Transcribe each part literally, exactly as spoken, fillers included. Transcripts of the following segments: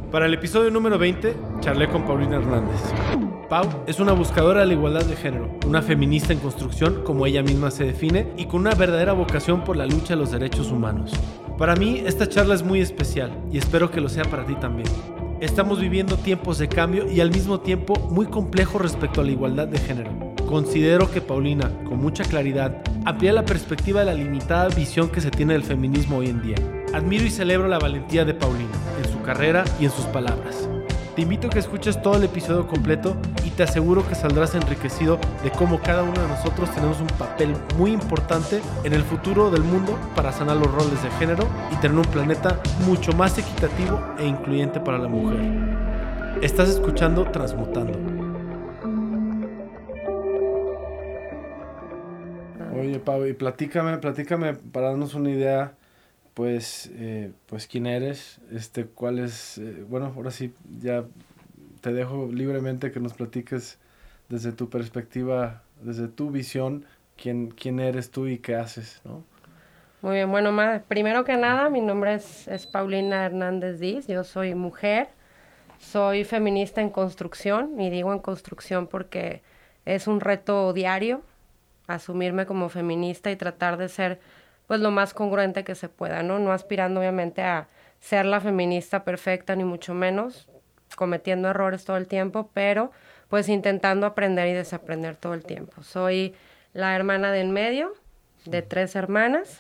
Para el episodio número veinte, charlé con Paulina Hernández. Pau es una buscadora de la igualdad de género, una feminista en construcción, como ella misma se define, y con una verdadera vocación por la lucha de los derechos humanos. Para mí, esta charla es muy especial, y espero que lo sea para ti también. Estamos viviendo tiempos de cambio y al mismo tiempo muy complejos respecto a la igualdad de género. Considero que Paulina, con mucha claridad, amplía la perspectiva de la limitada visión que se tiene del feminismo hoy en día. Admiro y celebro la valentía de Paulina, en su carrera y en sus palabras. Te invito a que escuches todo el episodio completo y te aseguro que saldrás enriquecido de cómo cada uno de nosotros tenemos un papel muy importante en el futuro del mundo para sanar los roles de género y tener un planeta mucho más equitativo e incluyente para la mujer. Estás escuchando Transmutando. Oye, Pau, y platícame, platícame para darnos una idea, pues, eh, pues quién eres, este, cuál es, eh, bueno, ahora sí, ya te dejo libremente que nos platiques desde tu perspectiva, desde tu visión, quién, quién eres tú y qué haces, ¿no? Muy bien, bueno, ma, primero que nada, mi nombre es, es Paulina Hernández Diz, yo soy mujer, soy feminista en construcción, y digo en construcción porque es un reto diario, asumirme como feminista y tratar de ser pues lo más congruente que se pueda, ¿no? No aspirando obviamente a ser la feminista perfecta, ni mucho menos, cometiendo errores todo el tiempo, pero pues intentando aprender y desaprender todo el tiempo. Soy la hermana de en medio, de tres hermanas,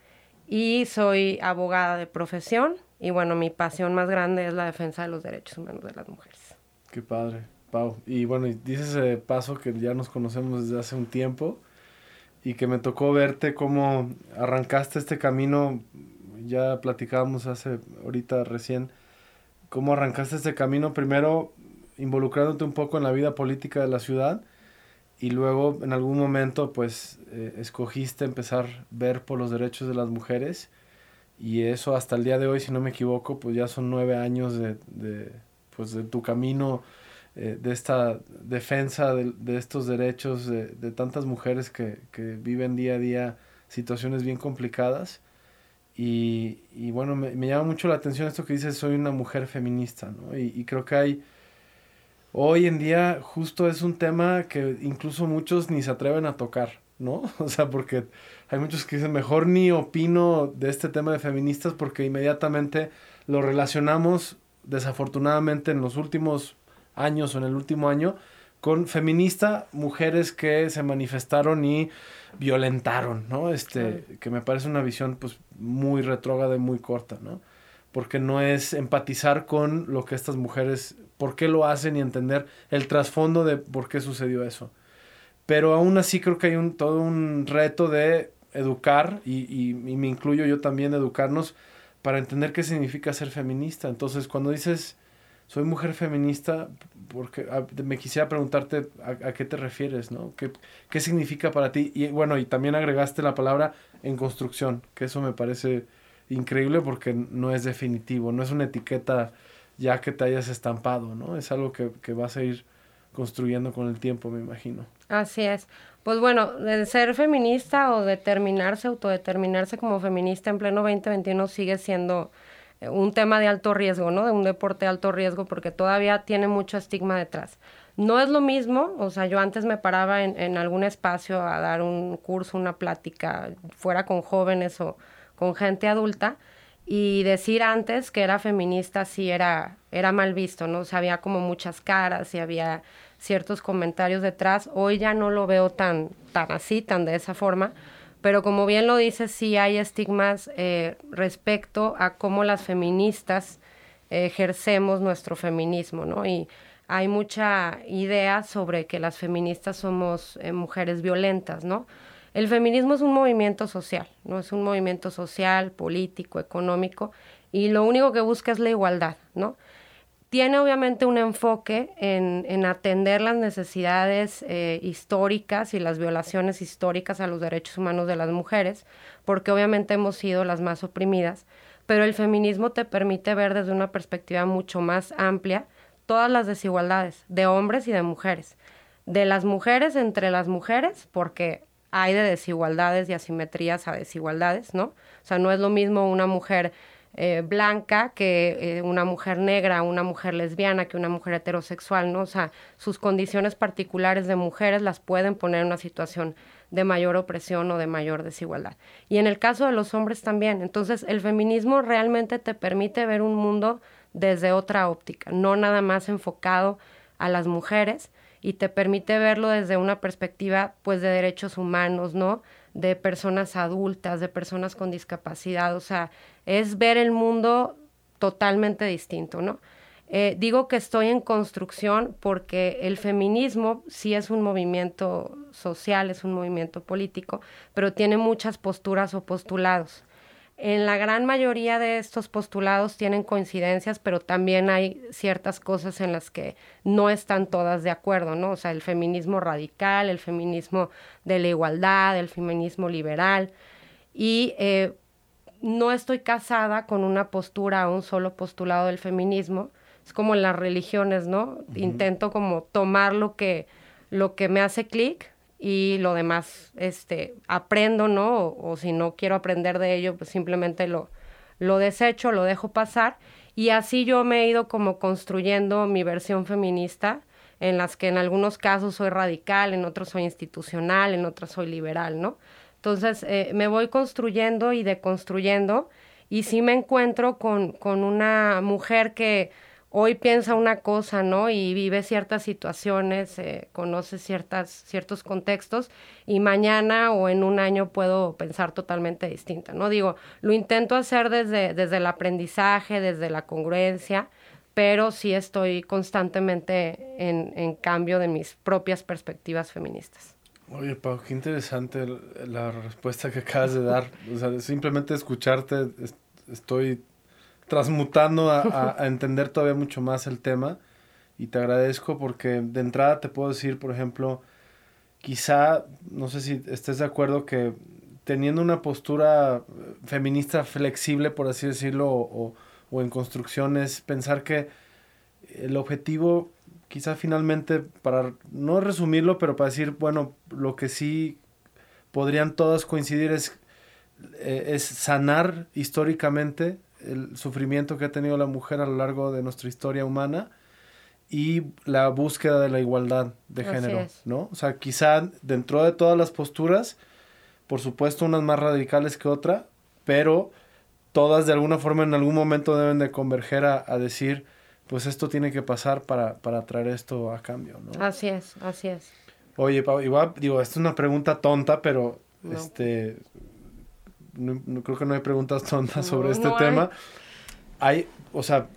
y soy abogada de profesión, y bueno, mi pasión más grande es la defensa de los derechos humanos de las mujeres. Qué padre, Pau. Y bueno, y dices de paso que ya nos conocemos desde hace un tiempo, y que me tocó verte cómo arrancaste este camino, ya platicábamos hace ahorita recién, cómo arrancaste este camino primero involucrándote un poco en la vida política de la ciudad y luego en algún momento pues eh, escogiste empezar a ver por los derechos de las mujeres y eso hasta el día de hoy, si no me equivoco, pues ya son nueve años de, de, pues de tu camino, Eh, de esta defensa de, de estos derechos de, de tantas mujeres que, que viven día a día situaciones bien complicadas y, y bueno, me, me llama mucho la atención esto que dices, soy una mujer feminista, ¿no? Y, y creo que hay, hoy en día justo es un tema que incluso muchos ni se atreven a tocar, ¿no? O sea, porque hay muchos que dicen, mejor ni opino de este tema de feministas porque inmediatamente lo relacionamos, desafortunadamente en los últimos años o en el último año, con feminista, mujeres que se manifestaron y violentaron, ¿no? Este, sí. Que me parece una visión pues muy retrógrada y muy corta, ¿no? Porque no es empatizar con lo que estas mujeres, por qué lo hacen y entender el trasfondo de por qué sucedió eso. Pero aún así creo que hay un, todo un reto de educar, y, y, y me incluyo yo también, educarnos para entender qué significa ser feminista. Entonces, cuando dices soy mujer feminista, porque a, me quisiera preguntarte a, a qué te refieres, ¿no? ¿Qué, ¿Qué significa para ti? Y bueno, y también agregaste la palabra en construcción, que eso me parece increíble porque no es definitivo, no es una etiqueta ya que te hayas estampado, ¿no? Es algo que, que vas a ir construyendo con el tiempo, me imagino. Así es. Pues bueno, de ser feminista o determinarse, autodeterminarse como feminista en pleno veinte veintiuno sigue siendo un tema de alto riesgo, ¿no? De un deporte de alto riesgo porque todavía tiene mucho estigma detrás. No es lo mismo, o sea, yo antes me paraba en, en algún espacio a dar un curso, una plática, fuera con jóvenes o con gente adulta, y decir antes que era feminista sí era, era mal visto, ¿no? O sea, había como muchas caras y había ciertos comentarios detrás. Hoy ya no lo veo tan, tan así, tan de esa forma. Pero como bien lo dices, sí hay estigmas eh, respecto a cómo las feministas eh, ejercemos nuestro feminismo, ¿no? Y hay mucha idea sobre que las feministas somos eh, mujeres violentas, ¿no? El feminismo es un movimiento social, ¿no? Es un movimiento social, político, económico, y lo único que busca es la igualdad, ¿no? Tiene obviamente un enfoque en, en atender las necesidades eh, históricas y las violaciones históricas a los derechos humanos de las mujeres, porque obviamente hemos sido las más oprimidas, pero el feminismo te permite ver desde una perspectiva mucho más amplia todas las desigualdades de hombres y de mujeres, de las mujeres entre las mujeres, porque hay de desigualdades y asimetrías a desigualdades, ¿no? O sea, no es lo mismo una mujer eh, blanca que eh, una mujer negra, una mujer lesbiana, que una mujer heterosexual, ¿no? O sea, sus condiciones particulares de mujeres las pueden poner en una situación de mayor opresión o de mayor desigualdad. Y en el caso de los hombres también. Entonces, el feminismo realmente te permite ver un mundo desde otra óptica, no nada más enfocado a las mujeres, y te permite verlo desde una perspectiva, pues, de derechos humanos, ¿no? De personas adultas, de personas con discapacidad. O sea, es ver el mundo totalmente distinto, ¿no? Eh, digo que estoy en construcción porque el feminismo sí es un movimiento social, es un movimiento político, pero tiene muchas posturas o postulados. En la gran mayoría de estos postulados tienen coincidencias, pero también hay ciertas cosas en las que no están todas de acuerdo, ¿no? O sea, el feminismo radical, el feminismo de la igualdad, el feminismo liberal. Y eh, no estoy casada con una postura o un solo postulado del feminismo. Es como en las religiones, ¿no? Uh-huh. Intento como tomar lo que, lo que me hace clic, y lo demás este, aprendo, ¿no? O, o si no quiero aprender de ello, pues simplemente lo, lo desecho, lo dejo pasar. Y así yo me he ido como construyendo mi versión feminista, en las que en algunos casos soy radical, en otros soy institucional, en otros soy liberal, ¿no? Entonces eh, me voy construyendo y deconstruyendo, y sí me encuentro con, con una mujer que hoy piensa una cosa, ¿no? Y vive ciertas situaciones, eh, conoce ciertas, ciertos contextos, y mañana o en un año puedo pensar totalmente distinta, ¿no? Digo, lo intento hacer desde, desde el aprendizaje, desde la congruencia, pero sí estoy constantemente en, en cambio de mis propias perspectivas feministas. Oye, Pau, qué interesante la respuesta que acabas de dar. O sea, simplemente escucharte, estoy transmutando a, a, a entender todavía mucho más el tema, y te agradezco porque de entrada te puedo decir, por ejemplo, quizá, no sé si estés de acuerdo, que teniendo una postura feminista flexible, por así decirlo, o, o en construcción, es pensar que el objetivo, quizá finalmente, para no resumirlo, pero para decir, bueno, lo que sí podrían todas coincidir es, eh, es sanar históricamente el sufrimiento que ha tenido la mujer a lo largo de nuestra historia humana, y la búsqueda de la igualdad de Así género, es. ¿no? O sea, quizá dentro de todas las posturas, por supuesto unas más radicales que otra, pero todas de alguna forma en algún momento deben de converger a, a decir, pues esto tiene que pasar para, para traer esto a cambio, ¿no? Así es, así es. Oye, Pau, igual, digo, esta es una pregunta tonta, pero No. este... No, no, creo que no hay preguntas tontas No, sobre este no tema. Hay. hay, o sea,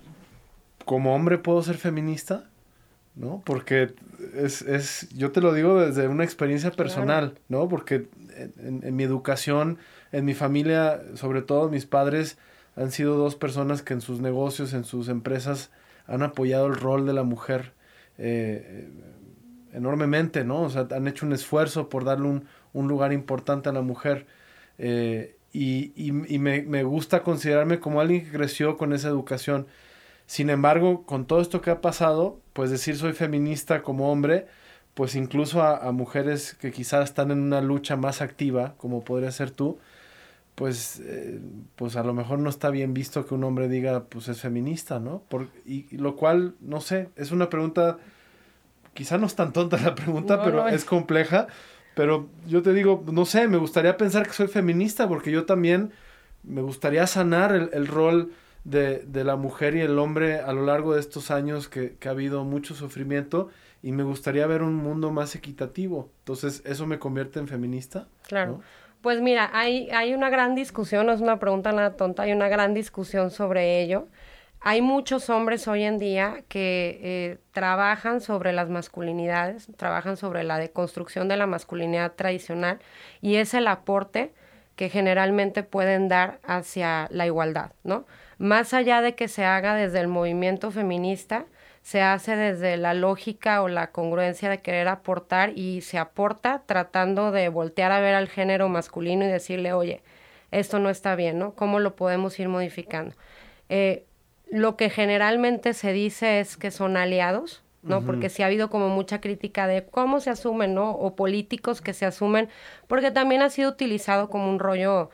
como hombre puedo ser feminista, ¿no? Porque es, es, yo te lo digo desde una experiencia personal, claro, ¿no? Porque en, en mi educación, en mi familia, sobre todo mis padres han sido dos personas que en sus negocios, en sus empresas, han apoyado el rol de la mujer eh, enormemente, ¿no? O sea, han hecho un esfuerzo por darle un, un lugar importante a la mujer. Eh, y y, y me, me gusta considerarme como alguien que creció con esa educación. Sin embargo, con todo esto que ha pasado, pues decir soy feminista como hombre, pues incluso a, a mujeres que quizás están en una lucha más activa, como podría ser tú, pues, eh, pues a lo mejor no está bien visto que un hombre diga, pues es feminista, ¿no? Por, y, y lo cual, no sé, es una pregunta, quizá no es tan tonta la pregunta, no, pero no es. es compleja. Pero yo te digo, no sé, me gustaría pensar que soy feminista, porque yo también me gustaría sanar el, el rol de, de la mujer y el hombre a lo largo de estos años que, que ha habido mucho sufrimiento, y me gustaría ver un mundo más equitativo. Entonces, ¿eso me convierte en feminista? Claro. ¿No? Pues mira, hay, hay una gran discusión, no es una pregunta nada tonta, hay una gran discusión sobre ello. Hay muchos hombres hoy en día que eh, trabajan sobre las masculinidades, trabajan sobre la deconstrucción de la masculinidad tradicional, y es el aporte que generalmente pueden dar hacia la igualdad, ¿no? Más allá de que se haga desde el movimiento feminista, se hace desde la lógica o la congruencia de querer aportar, y se aporta tratando de voltear a ver al género masculino y decirle, oye, esto no está bien, ¿no? ¿Cómo lo podemos ir modificando? Eh, Lo que generalmente se dice es que son aliados, ¿no? Uh-huh. Porque sí ha habido como mucha crítica de cómo se asumen, ¿no? O políticos que se asumen, porque también ha sido utilizado como un rollo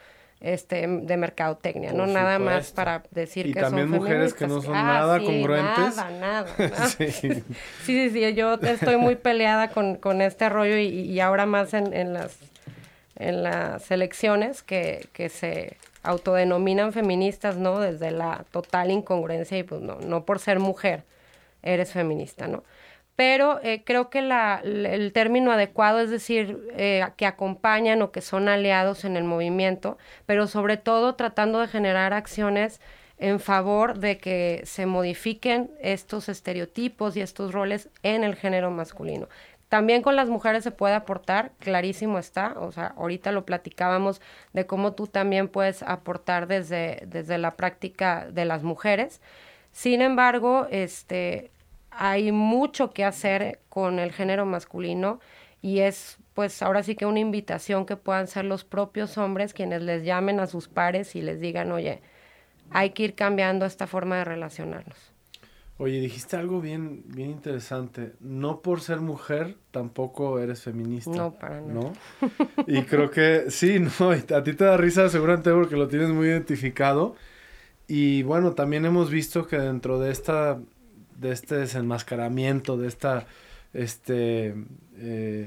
este, de mercadotecnia, Por ¿no? supuesto. Nada más para decir y que son feministas. Y también mujeres que no son ah, nada sí, congruentes. Nada, nada. nada. sí. sí, sí, sí, yo estoy muy peleada con, con este rollo y, y ahora más en, en las en las elecciones que, que se autodenominan feministas, ¿no? Desde la total incongruencia y pues no, no por ser mujer eres feminista, ¿no? Pero eh, creo que la, el término adecuado es decir, eh, que acompañan o que son aliados en el movimiento, pero sobre todo tratando de generar acciones en favor de que se modifiquen estos estereotipos y estos roles en el género masculino. También con las mujeres se puede aportar, clarísimo está, o sea, ahorita lo platicábamos de cómo tú también puedes aportar desde, desde la práctica de las mujeres. Sin embargo, este... hay mucho que hacer con el género masculino y es pues ahora sí que una invitación que puedan ser los propios hombres quienes les llamen a sus pares y les digan, oye, hay que ir cambiando esta forma de relacionarnos. Oye, dijiste algo bien, bien interesante. No por ser mujer tampoco eres feminista. No, para nada. ¿No? Y creo que sí, no, a ti te da risa seguramente porque lo tienes muy identificado. Y bueno, también hemos visto que dentro de esta... de este desenmascaramiento, de esta este, eh,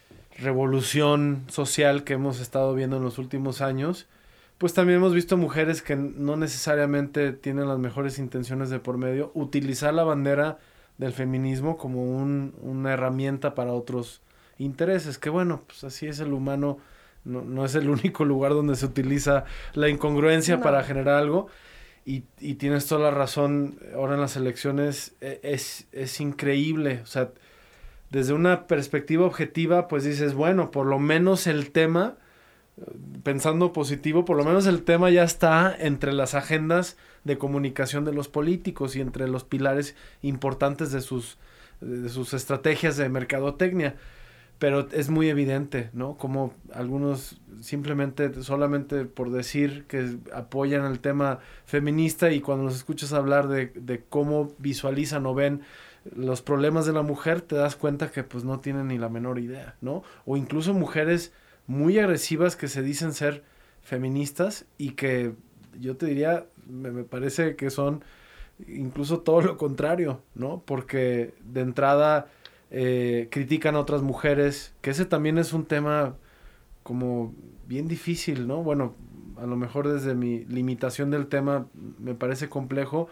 revolución social que hemos estado viendo en los últimos años, pues también hemos visto mujeres que no necesariamente tienen las mejores intenciones de por medio, utilizar la bandera del feminismo como un, una herramienta para otros intereses, que bueno, pues así es el humano, no, no es el único lugar donde se utiliza la incongruencia no. para generar algo. Y, y tienes toda la razón, ahora en las elecciones es, es increíble, o sea, desde una perspectiva objetiva, pues dices, bueno, por lo menos el tema, pensando positivo, por lo menos el tema ya está entre las agendas de comunicación de los políticos y entre los pilares importantes de sus, de sus estrategias de mercadotecnia. Pero es muy evidente, ¿no? Como algunos simplemente, solamente por decir que apoyan el tema feminista y cuando los escuchas hablar de, de cómo visualizan o ven los problemas de la mujer, te das cuenta que pues no tienen ni la menor idea, ¿no? O incluso mujeres muy agresivas que se dicen ser feministas y que yo te diría, me, me parece que son incluso todo lo contrario, ¿no? Porque de entrada... Eh, critican a otras mujeres, que ese también es un tema como bien difícil, ¿no? Bueno, a lo mejor desde mi limitación del tema me parece complejo,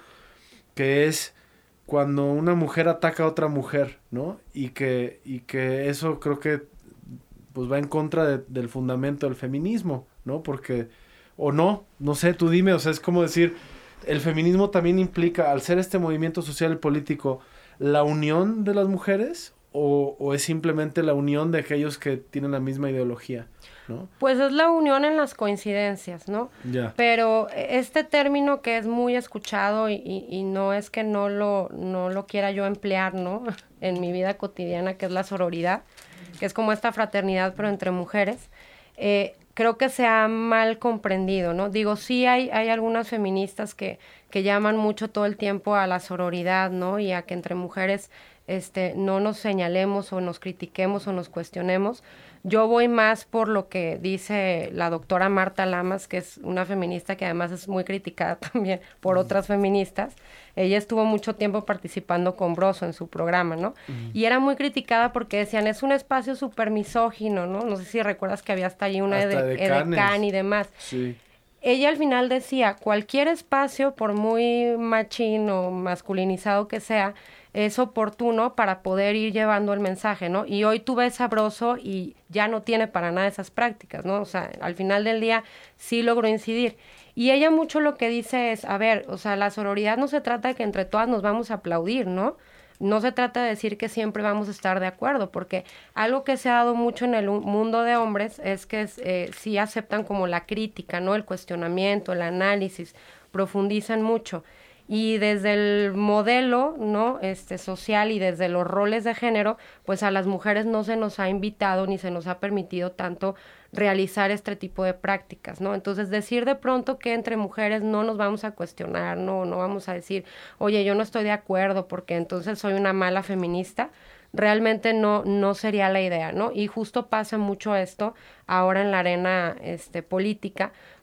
que es cuando una mujer ataca a otra mujer, ¿no? Y que, y que eso creo que pues va en contra de, del fundamento del feminismo, ¿no? Porque, o no, no sé, tú dime, o sea, es como decir, el feminismo también implica, al ser este movimiento social y político, ¿la unión de las mujeres o, o es simplemente la unión de aquellos que tienen la misma ideología, ¿no? Pues es la unión en las coincidencias, ¿no? Ya. Pero este término que es muy escuchado y, y, y no es que no lo, no lo quiera yo emplear, ¿no? En mi vida cotidiana, que es la sororidad, que es como esta fraternidad pero entre mujeres, eh, creo que se ha mal comprendido, ¿no? Digo, sí hay, hay algunas feministas que, que llaman mucho todo el tiempo a la sororidad, ¿no? Y a que entre mujeres este, no nos señalemos o nos critiquemos o nos cuestionemos. Yo voy más por lo que dice la doctora Marta Lamas, que es una feminista que además es muy criticada también por uh-huh. otras feministas. Ella estuvo mucho tiempo participando con Broso en su programa, ¿no? Uh-huh. Y era muy criticada porque decían, es un espacio súper misógino, ¿no? No sé si recuerdas que había hasta allí una hasta de, edecán y demás. Sí. Ella al final decía, cualquier espacio, por muy machín o masculinizado que sea, es oportuno para poder ir llevando el mensaje, ¿no? Y hoy tú ves a Broso y ya no tiene para nada esas prácticas, ¿no? O sea, al final del día sí logró incidir. Y ella mucho lo que dice es, a ver, o sea, la sororidad no se trata de que entre todas nos vamos a aplaudir, ¿no? No se trata de decir que siempre vamos a estar de acuerdo, porque algo que se ha dado mucho en el mundo de hombres es que eh, sí aceptan como la crítica, ¿no? El cuestionamiento, el análisis, profundizan mucho. Y desde el modelo, ¿no? este social y desde los roles de género, pues a las mujeres no se nos ha invitado ni se nos ha permitido tanto realizar este tipo de prácticas, ¿no? Entonces, decir de pronto que entre mujeres no nos vamos a cuestionar, no, no vamos a decir, oye, yo no estoy de acuerdo porque entonces soy una mala feminista, realmente no, no sería la idea, ¿no? Y justo pasa mucho esto ahora en la arena este, política,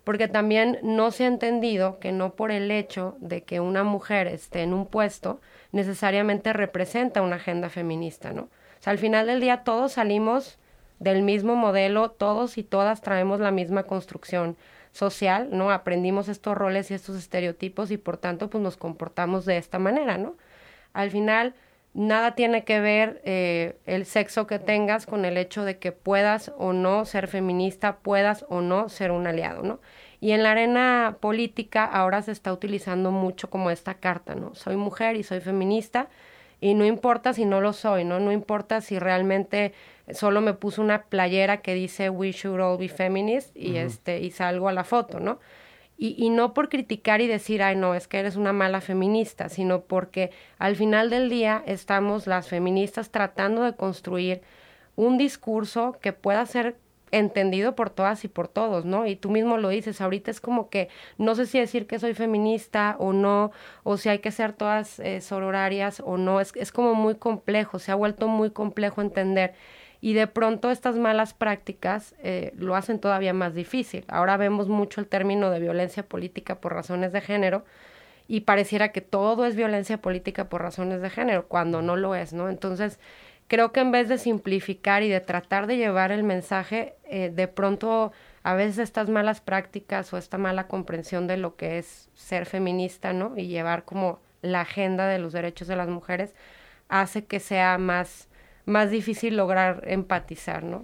porque también no se ha entendido que no por el hecho de que una mujer esté en un puesto, necesariamente representa una agenda feminista, ¿no? O sea, al final del día todos salimos del mismo modelo, todos y todas traemos la misma construcción social, ¿no? Aprendimos estos roles y estos estereotipos y por tanto pues nos comportamos de esta manera, ¿no? Al final nada tiene que ver eh, el sexo que tengas con el hecho de que puedas o no ser feminista, puedas o no ser un aliado, ¿no? Y en la arena política ahora se está utilizando mucho como esta carta, ¿no? Soy mujer y soy feminista y no importa si no lo soy, ¿no? No importa si realmente solo me puso una playera que dice we should all be feminists y, uh-huh. este, y salgo a la foto, ¿no? Y, y no por criticar y decir, ay, no, es que eres una mala feminista, sino porque al final del día estamos las feministas tratando de construir un discurso que pueda ser entendido por todas y por todos, ¿no? Y tú mismo lo dices, ahorita es como que no sé si decir que soy feminista o no, o si hay que ser todas eh, sororarias o no, es, es como muy complejo, se ha vuelto muy complejo entender. Y de pronto estas malas prácticas eh, lo hacen todavía más difícil. Ahora vemos mucho el término de violencia política por razones de género y pareciera que todo es violencia política por razones de género, cuando no lo es, ¿no? Entonces, creo que en vez de simplificar y de tratar de llevar el mensaje, eh, de pronto a veces estas malas prácticas o esta mala comprensión de lo que es ser feminista, ¿no? Y llevar como la agenda de los derechos de las mujeres hace que sea más... más difícil lograr empatizar, ¿no?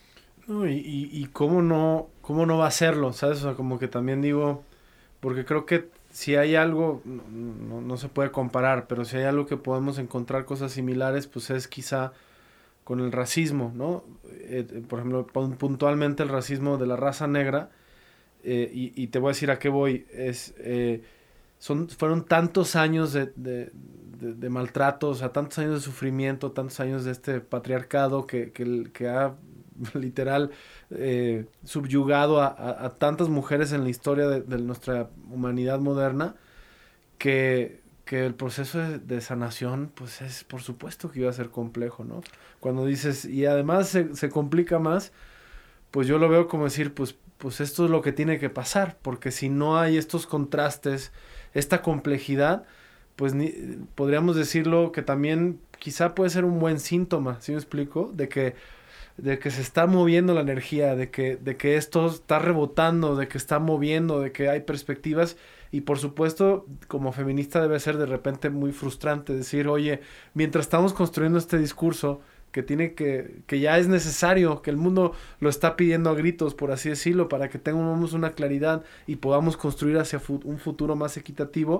No, y, y, y cómo no, cómo no va a hacerlo, ¿sabes? O sea, como que también digo, porque creo que si hay algo, no, no, no se puede comparar, pero si hay algo que podemos encontrar cosas similares, pues es quizá con el racismo, ¿no? Eh, por ejemplo, puntualmente el racismo de la raza negra, eh, y, y te voy a decir a qué voy, es... Eh, Son, fueron tantos años de, de, de, de maltrato, o sea, tantos años de sufrimiento, tantos años de este patriarcado que, que, que ha literal eh, subyugado a, a, a tantas mujeres en la historia de, de nuestra humanidad moderna, que, que el proceso de, de sanación, pues es por supuesto que iba a ser complejo, ¿no? Cuando dices, y además se, se complica más, pues yo lo veo como decir, pues, pues esto es lo que tiene que pasar, porque si no hay estos contrastes, esta complejidad, pues ni, podríamos decirlo que también quizá puede ser un buen síntoma, ¿sí me explico? De que, de que se está moviendo la energía, de que, de que esto está rebotando, de que está moviendo, de que hay perspectivas, y por supuesto, como feminista debe ser de repente muy frustrante decir, oye, mientras estamos construyendo este discurso, que tiene que, que ya es necesario, que el mundo lo está pidiendo a gritos, por así decirlo, para que tengamos una claridad y podamos construir hacia fu- un futuro más equitativo,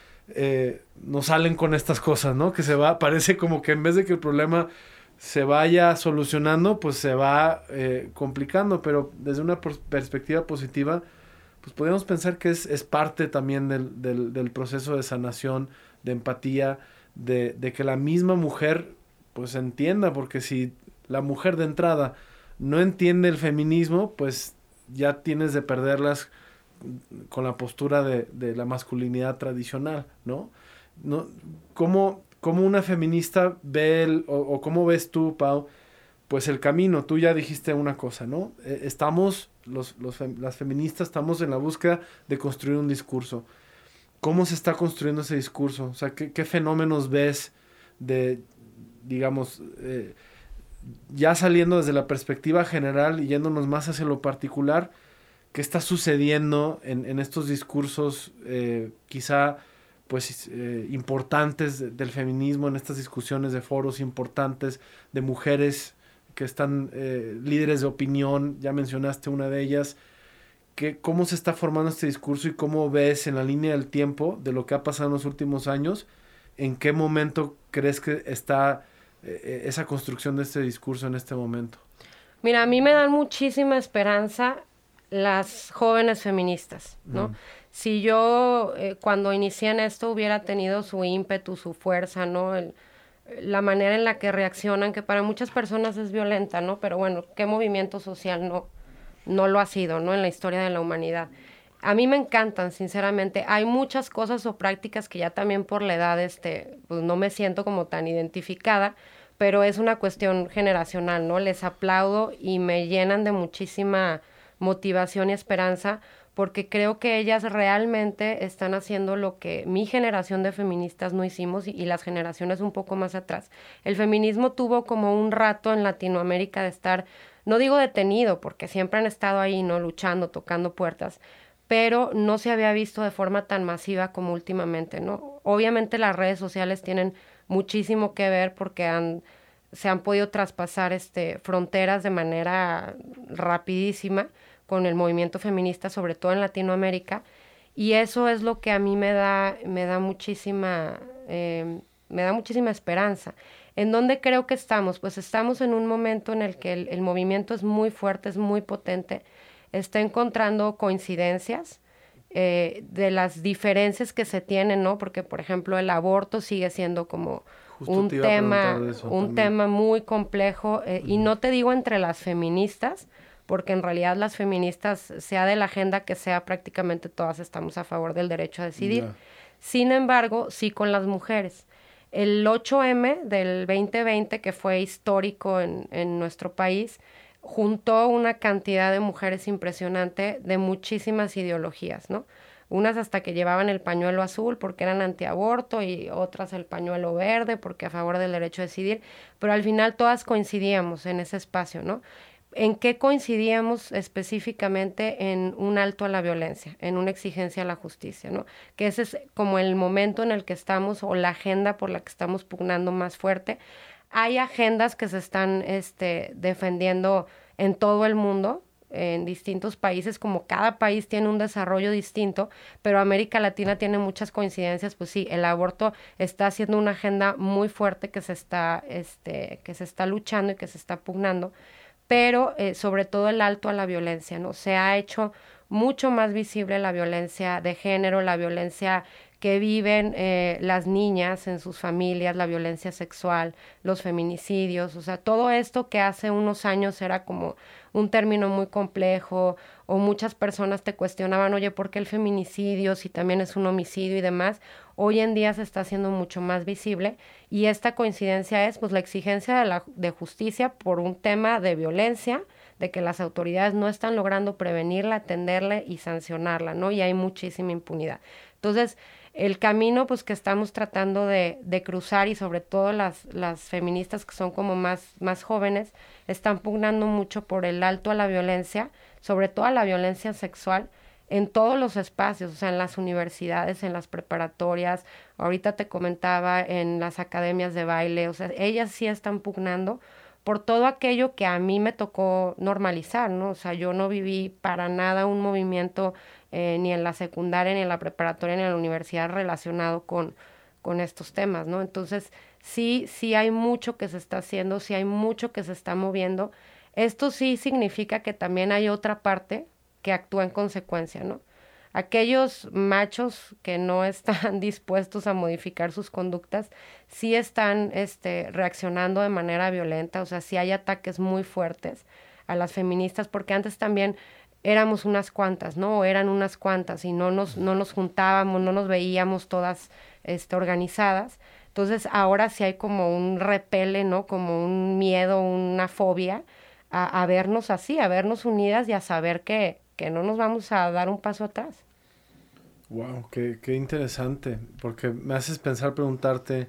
eh, nos salen con estas cosas, ¿no? Que se va, parece como que en vez de que el problema se vaya solucionando, pues se va eh, complicando, pero desde una pers- perspectiva positiva, pues podemos pensar que es, es parte también del, del, del proceso de sanación, de empatía, de, de que la misma mujer pues entienda, porque si la mujer de entrada no entiende el feminismo, pues ya tienes de perderlas con la postura de, de la masculinidad tradicional, ¿no? ¿No? ¿Cómo, cómo una feminista ve, el, o, o cómo ves tú, Pau, pues el camino? Tú ya dijiste una cosa, ¿no? Eh, estamos, los, los, las feministas estamos en la búsqueda de construir un discurso. ¿Cómo se está construyendo ese discurso? O sea, ¿qué, qué fenómenos ves de, digamos, eh, ya saliendo desde la perspectiva general y yéndonos más hacia lo particular, qué está sucediendo en, en estos discursos eh, quizá pues eh, importantes de, del feminismo, en estas discusiones de foros importantes de mujeres que están eh, líderes de opinión, ya mencionaste una de ellas, que, cómo se está formando este discurso y cómo ves en la línea del tiempo de lo que ha pasado en los últimos años, en qué momento crees que está eh, esa construcción de este discurso en este momento. Mira, a mí me dan muchísima esperanza las jóvenes feministas, ¿no? Mm. Si yo eh, cuando inicié en esto hubiera tenido su ímpetu, su fuerza, ¿no? El, la manera en la que reaccionan, que para muchas personas es violenta, ¿no? Pero bueno, ¿qué movimiento social no, no lo ha sido, ¿no? En la historia de la humanidad. A mí me encantan, sinceramente. Hay muchas cosas o prácticas que ya también por la edad este, pues no me siento como tan identificada, pero es una cuestión generacional, ¿no? Les aplaudo y me llenan de muchísima motivación y esperanza, porque creo que ellas realmente están haciendo lo que mi generación de feministas no hicimos y, y las generaciones un poco más atrás. El feminismo tuvo como un rato en Latinoamérica de estar, no digo detenido, porque siempre han estado ahí, ¿no? Luchando, tocando puertas, pero no se había visto de forma tan masiva como últimamente, ¿no? Obviamente las redes sociales tienen muchísimo que ver porque han, se han podido traspasar este, fronteras de manera rapidísima con el movimiento feminista, sobre todo en Latinoamérica, y eso es lo que a mí me da, me da muchísima, eh, me da muchísima esperanza. ¿En dónde creo que estamos? Pues estamos en un momento en el que el, el movimiento es muy fuerte, es muy potente, está encontrando coincidencias eh, de las diferencias que se tienen, ¿no? Porque, por ejemplo, el aborto sigue siendo como Justo un te iba a tema, preguntar de eso un también. tema muy complejo, eh, y no te digo entre las feministas, porque en realidad las feministas, sea de la agenda que sea, prácticamente todas estamos a favor del derecho a decidir. Ya. Sin embargo, sí con las mujeres. El ocho eme del veinte veinte, que fue histórico en, en nuestro país, juntó una cantidad de mujeres impresionante de muchísimas ideologías, ¿no? Unas hasta que llevaban el pañuelo azul porque eran antiaborto y otras el pañuelo verde porque a favor del derecho a decidir, pero al final todas coincidíamos en ese espacio, ¿no? ¿En qué coincidíamos específicamente? En un alto a la violencia, en una exigencia a la justicia, ¿no? Que ese es como el momento en el que estamos o la agenda por la que estamos pugnando más fuerte. Hay agendas que se están este, defendiendo en todo el mundo, en distintos países, como cada país tiene un desarrollo distinto, pero América Latina tiene muchas coincidencias. Pues sí, el aborto está siendo una agenda muy fuerte que se está, este, que se está luchando y que se está pugnando, pero eh, sobre todo el alto a la violencia, ¿no? Se ha hecho mucho más visible la violencia de género, la violencia que viven eh, las niñas en sus familias, la violencia sexual, los feminicidios, o sea, todo esto que hace unos años era como un término muy complejo, o muchas personas te cuestionaban, oye, ¿por qué el feminicidio si también es un homicidio y demás? Hoy en día se está haciendo mucho más visible, y esta coincidencia es pues la exigencia de, la, de justicia por un tema de violencia, de que las autoridades no están logrando prevenirla, atenderla y sancionarla, ¿no? Y hay muchísima impunidad. Entonces, el camino pues que estamos tratando de, de cruzar, y sobre todo las, las feministas que son como más, más jóvenes, están pugnando mucho por el alto a la violencia, sobre todo a la violencia sexual, en todos los espacios, o sea, en las universidades, en las preparatorias, ahorita te comentaba, en las academias de baile, o sea, ellas sí están pugnando por todo aquello que a mí me tocó normalizar, ¿no? O sea, yo no viví para nada un movimiento eh, ni en la secundaria, ni en la preparatoria, ni en la universidad relacionado con, con estos temas, ¿no? Entonces, sí, sí hay mucho que se está haciendo, sí hay mucho que se está moviendo. Esto sí significa que también hay otra parte que actúa en consecuencia, ¿no? Aquellos machos que no están dispuestos a modificar sus conductas, sí están este, reaccionando de manera violenta, o sea, sí hay ataques muy fuertes a las feministas, porque antes también éramos unas cuantas, ¿no? O eran unas cuantas y no nos, no nos juntábamos, no nos veíamos todas este, organizadas. Entonces ahora sí hay como un repele, ¿no? Como un miedo, una fobia a, a vernos así, a vernos unidas y a saber que, que no nos vamos a dar un paso atrás. Wow, qué, qué interesante, porque me haces pensar, preguntarte,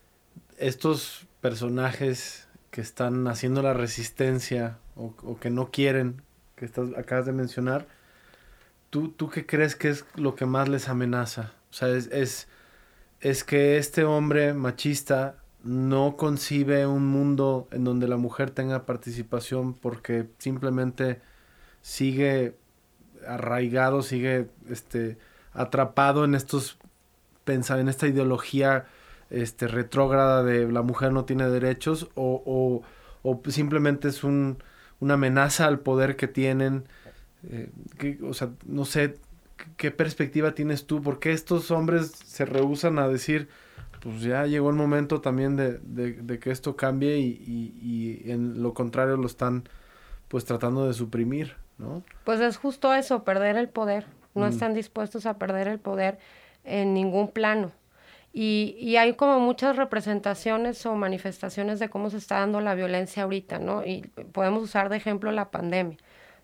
estos personajes que están haciendo la resistencia o, o que no quieren, que estás, acabas de mencionar, ¿tú, ¿tú qué crees que es lo que más les amenaza? O sea, es, es, es que este hombre machista no concibe un mundo en donde la mujer tenga participación porque simplemente sigue arraigado, sigue este, atrapado en estos pensar en esta ideología este retrógrada de la mujer no tiene derechos, o, o, o simplemente es un, una amenaza al poder que tienen. Eh, que, o sea, no sé, ¿qué perspectiva tienes tú? ¿Por qué estos hombres se rehúsan a decir, pues ya llegó el momento también de, de, de que esto cambie, y, y, y en lo contrario lo están pues tratando de suprimir, ¿no? Pues es justo eso, perder el poder. No Mm. están dispuestos a perder el poder en ningún plano. Y, y hay como muchas representaciones o manifestaciones de cómo se está dando la violencia ahorita, ¿no? Y podemos usar de ejemplo la pandemia. O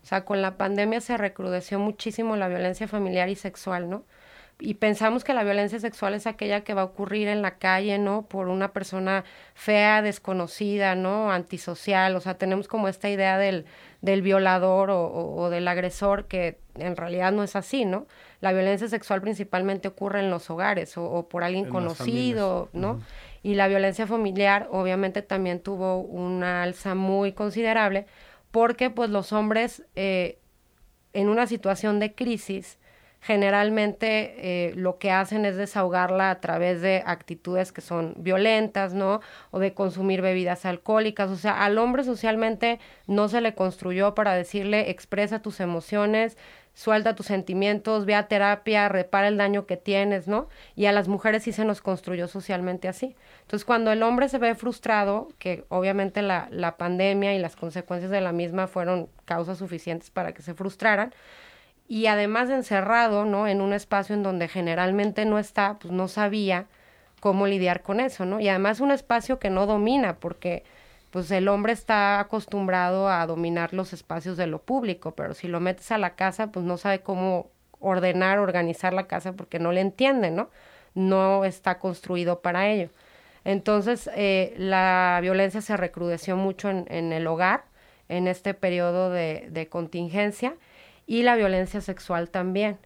O sea, con la pandemia se recrudeció muchísimo la violencia familiar y sexual, ¿no? Y pensamos que la violencia sexual es aquella que va a ocurrir en la calle, ¿no? Por una persona fea, desconocida, ¿no? Antisocial. O sea, tenemos como esta idea del, del violador o, o, o del agresor que en realidad no es así, ¿no? La violencia sexual principalmente ocurre en los hogares o, o por alguien en conocido, ¿no? Uh-huh. Y la violencia familiar obviamente también tuvo una alza muy considerable porque pues los hombres eh, en una situación de crisis generalmente eh, lo que hacen es desahogarla a través de actitudes que son violentas, ¿no? O de consumir bebidas alcohólicas. O sea, al hombre socialmente no se le construyó para decirle expresa tus emociones, suelta tus sentimientos, ve a terapia, repara el daño que tienes, ¿no? Y a las mujeres sí se nos construyó socialmente así. Entonces, cuando el hombre se ve frustrado, que obviamente la, la pandemia y las consecuencias de la misma fueron causas suficientes para que se frustraran, y además encerrado, ¿no? En un espacio en donde generalmente no está, pues no sabía cómo lidiar con eso, ¿no? Y además un espacio que no domina, porque pues el hombre está acostumbrado a dominar los espacios de lo público, pero si lo metes a la casa, pues no sabe cómo ordenar, organizar la casa porque no le entiende, ¿no? No está construido para ello. Entonces, eh, la violencia se recrudeció mucho en, en el hogar, en este periodo de, de contingencia, y la violencia sexual también.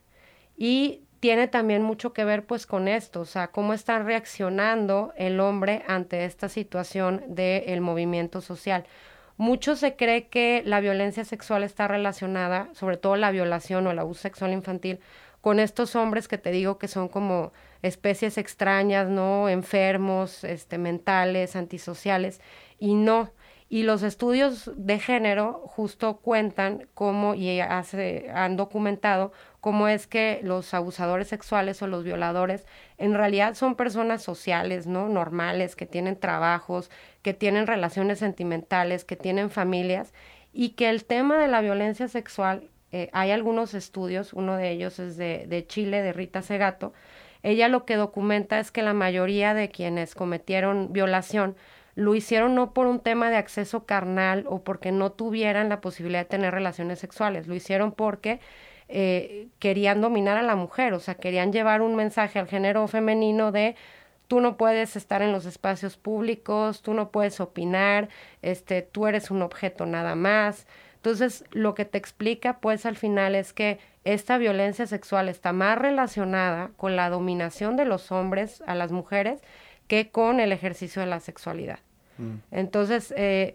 Y tiene también mucho que ver pues con esto, o sea, cómo está reaccionando el hombre ante esta situación del movimiento social. Mucho se cree que la violencia sexual está relacionada, sobre todo la violación o el abuso sexual infantil, con estos hombres que te digo que son como especies extrañas, ¿no? Enfermos, este, mentales, antisociales, y no. Y los estudios de género justo cuentan cómo, y hace, han documentado cómo es que los abusadores sexuales o los violadores en realidad son personas sociales, ¿no? Normales, que tienen trabajos, que tienen relaciones sentimentales, que tienen familias, y que el tema de la violencia sexual, eh, hay algunos estudios, uno de ellos es de, de Chile, de Rita Segato. Ella lo que documenta es que la mayoría de quienes cometieron violación lo hicieron no por un tema de acceso carnal o porque no tuvieran la posibilidad de tener relaciones sexuales, lo hicieron porque eh, querían dominar a la mujer, o sea, querían llevar un mensaje al género femenino de tú no puedes estar en los espacios públicos, tú no puedes opinar, este, tú eres un objeto nada más. Entonces, lo que te explica, pues, al final es que esta violencia sexual está más relacionada con la dominación de los hombres a las mujeres que con el ejercicio de la sexualidad. Mm. Entonces, eh,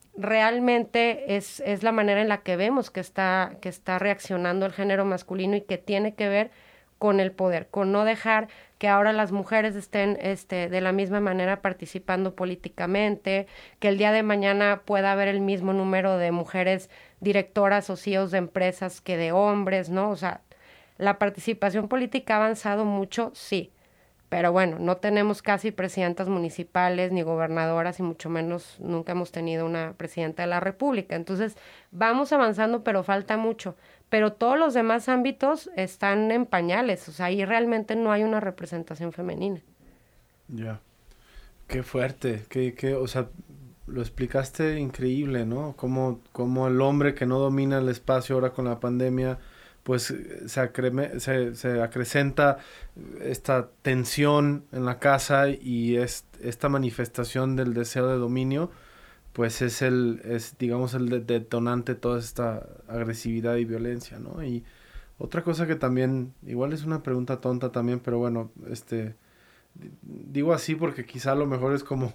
realmente es, es la manera en la que vemos que está, que está reaccionando el género masculino y que tiene que ver con el poder, con no dejar que ahora las mujeres estén este, de la misma manera participando políticamente, que el día de mañana pueda haber el mismo número de mujeres directoras o C E Os de empresas que de hombres, ¿no? O sea, la participación política ha avanzado mucho, sí, pero bueno, no tenemos casi presidentas municipales ni gobernadoras y mucho menos nunca hemos tenido una presidenta de la República. Entonces, vamos avanzando, pero falta mucho. Pero todos los demás ámbitos están en pañales, o sea, ahí realmente no hay una representación femenina. Ya, yeah. Qué fuerte, qué, qué, o sea, lo explicaste increíble, ¿no? Cómo, cómo el hombre que no domina el espacio ahora con la pandemia, pues se, acreme, se, se acrecenta esta tensión en la casa y es, esta manifestación del deseo de dominio, pues es el, es digamos el de, detonante de toda esta agresividad y violencia, ¿no? Y otra cosa que también, igual es una pregunta tonta también, pero bueno, este, digo así porque quizá a lo mejor es como...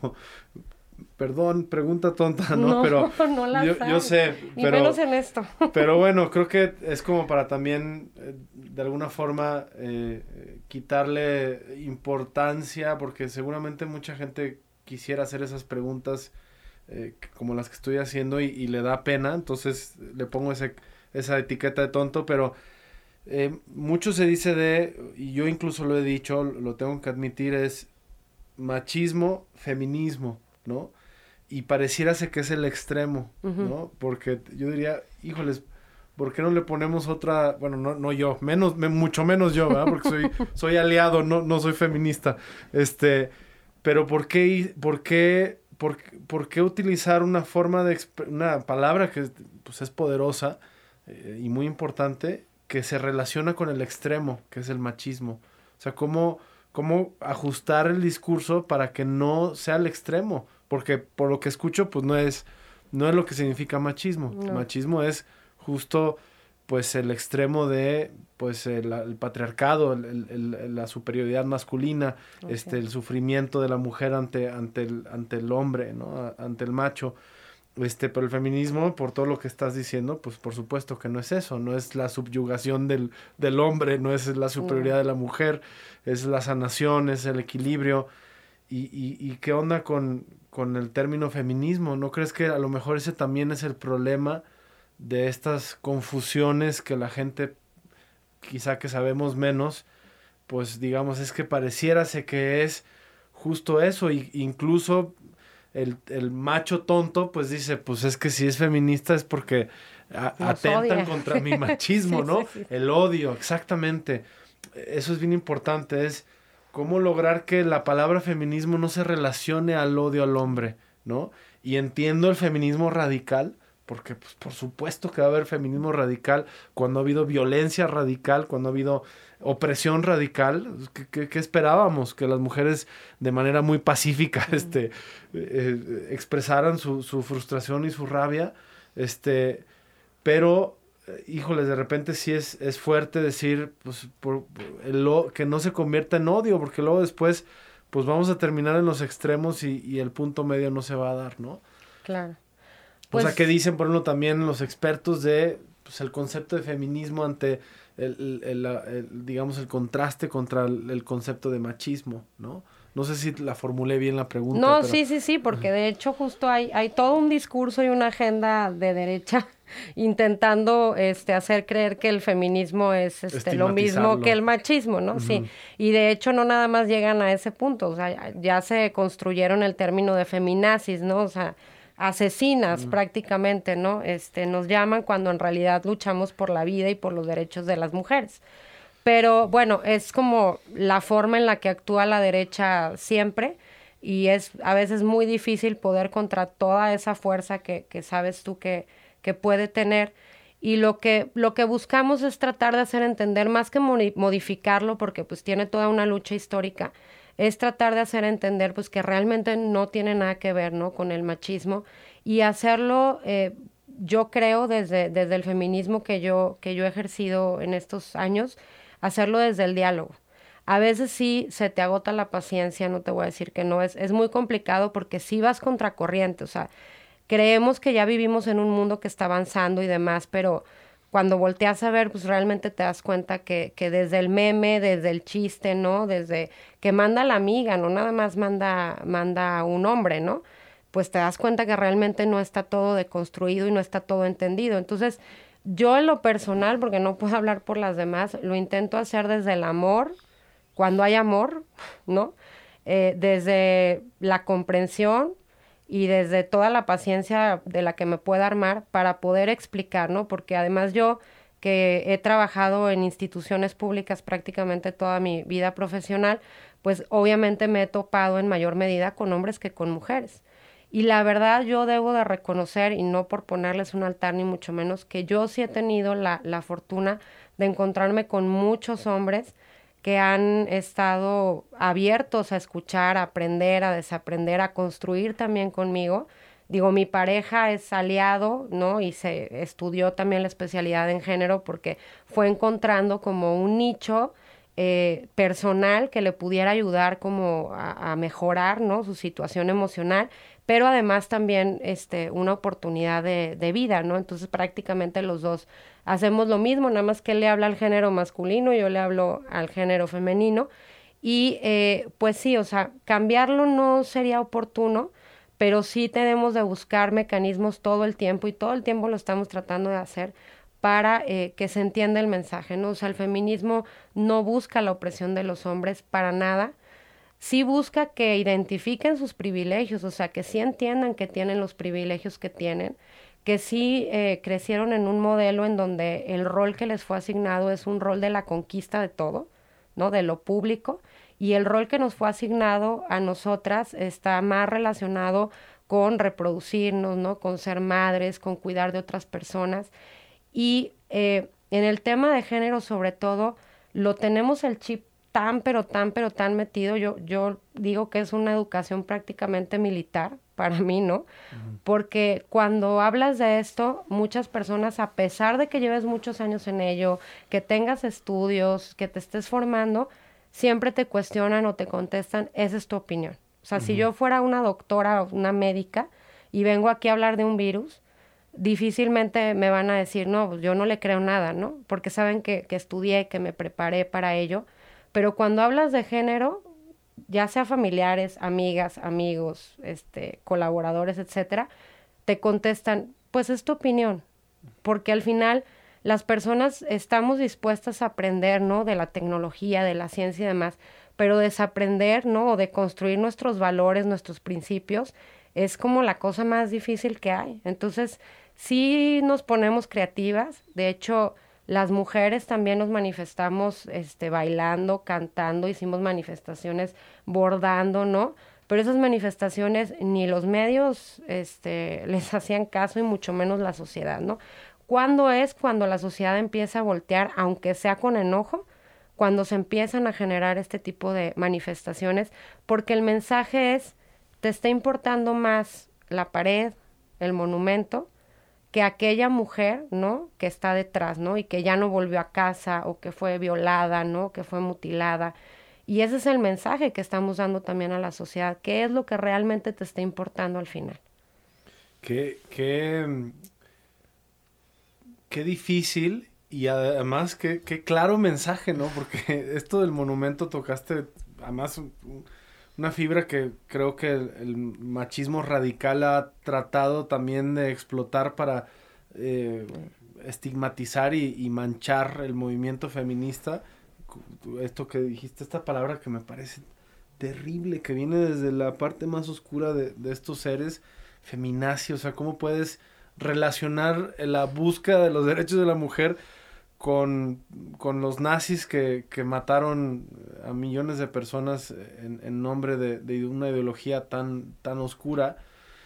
Perdón, pregunta tonta, ¿no? No, pero no la yo, yo sé, y pero, menos en esto. Pero bueno, creo que es como para también, eh, de alguna forma, eh, quitarle importancia, porque seguramente mucha gente quisiera hacer esas preguntas eh, como las que estoy haciendo y, y le da pena, entonces le pongo ese, esa etiqueta de tonto, pero eh, mucho se dice de, y yo incluso lo he dicho, lo tengo que admitir, es machismo, feminismo, ¿no? Y pareciera ser que es el extremo, uh-huh. ¿no? Porque yo diría, híjoles, ¿por qué no le ponemos otra? Bueno, no, no yo, menos, me, mucho menos yo, ¿verdad? Porque soy, soy aliado, no, no soy feminista. Este, pero ¿por qué, por qué, por, por qué utilizar una forma de, exp- una palabra que pues es poderosa, eh, y muy importante, que se relaciona con el extremo, que es el machismo. O sea, cómo, cómo ajustar el discurso para que no sea el extremo, porque por lo que escucho, pues no es, no es lo que significa machismo. No. Machismo es justo, pues, el extremo de, pues, el, el patriarcado, el, el, el, la superioridad masculina, okay. este, el sufrimiento de la mujer ante, ante, el, ante el hombre, ¿no? Ante el macho. Este, pero el feminismo, por todo lo que estás diciendo, pues por supuesto que no es eso, no es la subyugación del, del hombre, no es la superioridad no. de la mujer, es la sanación, es el equilibrio. Y, y, y qué onda con, con el término feminismo, ¿no crees que a lo mejor ese también es el problema de estas confusiones que la gente, quizá que sabemos menos, pues digamos, es que pareciérase que es justo eso, y incluso el, el macho tonto, pues dice, pues es que si es feminista es porque a, atentan odia. Contra mi machismo, sí, ¿no? Sí, sí. El odio, exactamente. Eso es bien importante, es cómo lograr que la palabra feminismo no se relacione al odio al hombre, ¿no? Y entiendo el feminismo radical, porque pues por supuesto que va a haber feminismo radical cuando ha habido violencia radical, cuando ha habido opresión radical. ¿Qué, qué, qué esperábamos? Que las mujeres de manera muy pacífica mm. este, eh, expresaran su, su frustración y su rabia, este, pero, eh, híjoles, de repente sí es, es fuerte decir pues, por, por el, que no se convierta en odio, porque luego después pues vamos a terminar en los extremos y, y el punto medio no se va a dar, ¿no? Claro. Pues, o sea, ¿qué dicen, por ejemplo, también los expertos de pues, el concepto de feminismo ante, el, el, el, el, digamos, el contraste contra el, el concepto de machismo, ¿no? No sé si la formulé bien la pregunta. No, pero... sí, sí, sí, porque de hecho justo hay, hay todo un discurso y una agenda de derecha intentando este, hacer creer que el feminismo es este, lo mismo que el machismo, ¿no? Uh-huh. Sí, y de hecho no nada más llegan a ese punto, o sea, ya, ya se construyeron el término de feminazis, ¿no? O sea, asesinas mm. prácticamente, ¿no? Este, nos llaman cuando en realidad luchamos por la vida y por los derechos de las mujeres. Pero bueno, es como la forma en la que actúa la derecha siempre y es a veces muy difícil poder contra toda esa fuerza que, que sabes tú que, que puede tener. Y lo que, lo que buscamos es tratar de hacer entender, más que modificarlo, porque pues tiene toda una lucha histórica, es tratar de hacer entender pues que realmente no tiene nada que ver, ¿no? Con el machismo y hacerlo, eh, yo creo, desde, desde el feminismo que yo, que yo he ejercido en estos años, hacerlo desde el diálogo. A veces sí se te agota la paciencia, no te voy a decir que no, es, es muy complicado porque sí vas contracorriente, o sea, creemos que ya vivimos en un mundo que está avanzando y demás, pero cuando volteas a ver, pues realmente te das cuenta que, que desde el meme, desde el chiste, ¿no? Desde que manda la amiga, no nada más manda, manda un hombre, ¿no? Pues te das cuenta que realmente no está todo deconstruido y no está todo entendido. Entonces, yo en lo personal, porque no puedo hablar por las demás, lo intento hacer desde el amor, cuando hay amor, ¿no? Eh, desde la comprensión y desde toda la paciencia de la que me pueda armar para poder explicar, ¿no? Porque además yo, que he trabajado en instituciones públicas prácticamente toda mi vida profesional, pues obviamente me he topado en mayor medida con hombres que con mujeres. Y la verdad yo debo de reconocer, y no por ponerles un altar ni mucho menos, que yo sí he tenido la, la fortuna de encontrarme con muchos hombres que han estado abiertos a escuchar, a aprender, a desaprender, a construir también conmigo. Digo, mi pareja es aliado, ¿no? Y se estudió también la especialidad en género porque fue encontrando como un nicho eh, personal que le pudiera ayudar como a, a mejorar, ¿no? Su situación emocional, pero además también este, una oportunidad de, de vida, ¿no? Entonces prácticamente los dos hacemos lo mismo, nada más que él le habla al género masculino, yo le hablo al género femenino, y eh, pues sí, o sea, cambiarlo no sería oportuno, pero sí tenemos de buscar mecanismos todo el tiempo, y todo el tiempo lo estamos tratando de hacer, para eh, que se entienda el mensaje, ¿no? O sea, el feminismo no busca la opresión de los hombres para nada, sí busca que identifiquen sus privilegios, o sea, que sí entiendan que tienen los privilegios que tienen, que sí eh, crecieron en un modelo en donde el rol que les fue asignado es un rol de la conquista de todo, ¿no? De lo público, y el rol que nos fue asignado a nosotras está más relacionado con reproducirnos, ¿no? Con ser madres, con cuidar de otras personas. Y eh, en el tema de género, sobre todo, lo tenemos el chip tan, pero tan, pero tan metido. Yo, yo digo que es una educación prácticamente militar, para mí, ¿no? Uh-huh. Porque cuando hablas de esto, muchas personas, a pesar de que lleves muchos años en ello, que tengas estudios, que te estés formando, siempre te cuestionan o te contestan, esa es tu opinión. O sea, uh-huh. si yo fuera una doctora o una médica y vengo aquí a hablar de un virus, difícilmente me van a decir, no, pues yo no le creo nada, ¿no? Porque saben que, que estudié, que me preparé para ello. Pero cuando hablas de género, ya sea familiares, amigas, amigos, este, colaboradores, etcétera, te contestan, pues es tu opinión. Porque al final las personas estamos dispuestas a aprender, ¿no? De la tecnología, de la ciencia y demás, pero desaprender, ¿no? O de construir nuestros valores, nuestros principios, es como la cosa más difícil que hay. Entonces, sí nos ponemos creativas. De hecho, las mujeres también nos manifestamos este, bailando, cantando, hicimos manifestaciones bordando, ¿no? Pero esas manifestaciones ni los medios este, les hacían caso y mucho menos la sociedad, ¿no? ¿Cuándo es cuando la sociedad empieza a voltear, aunque sea con enojo? Cuando se empiezan a generar este tipo de manifestaciones, porque el mensaje es, te está importando más la pared, el monumento, que aquella mujer, ¿no? Que está detrás, ¿no? Y que ya no volvió a casa o que fue violada, ¿no? Que fue mutilada. Y ese es el mensaje que estamos dando también a la sociedad. ¿Qué es lo que realmente te está importando al final? Qué, qué, qué difícil y además qué, qué claro mensaje, ¿no? Porque esto del monumento tocaste, además, una fibra que creo que el, el machismo radical ha tratado también de explotar para eh, estigmatizar y, y manchar el movimiento feminista. Esto que dijiste, esta palabra que me parece terrible, que viene desde la parte más oscura de, de estos seres, feminacia. O sea, ¿cómo puedes relacionar la búsqueda de los derechos de la mujer con, con los nazis que, que mataron a millones de personas en, en nombre de, de una ideología tan, tan oscura?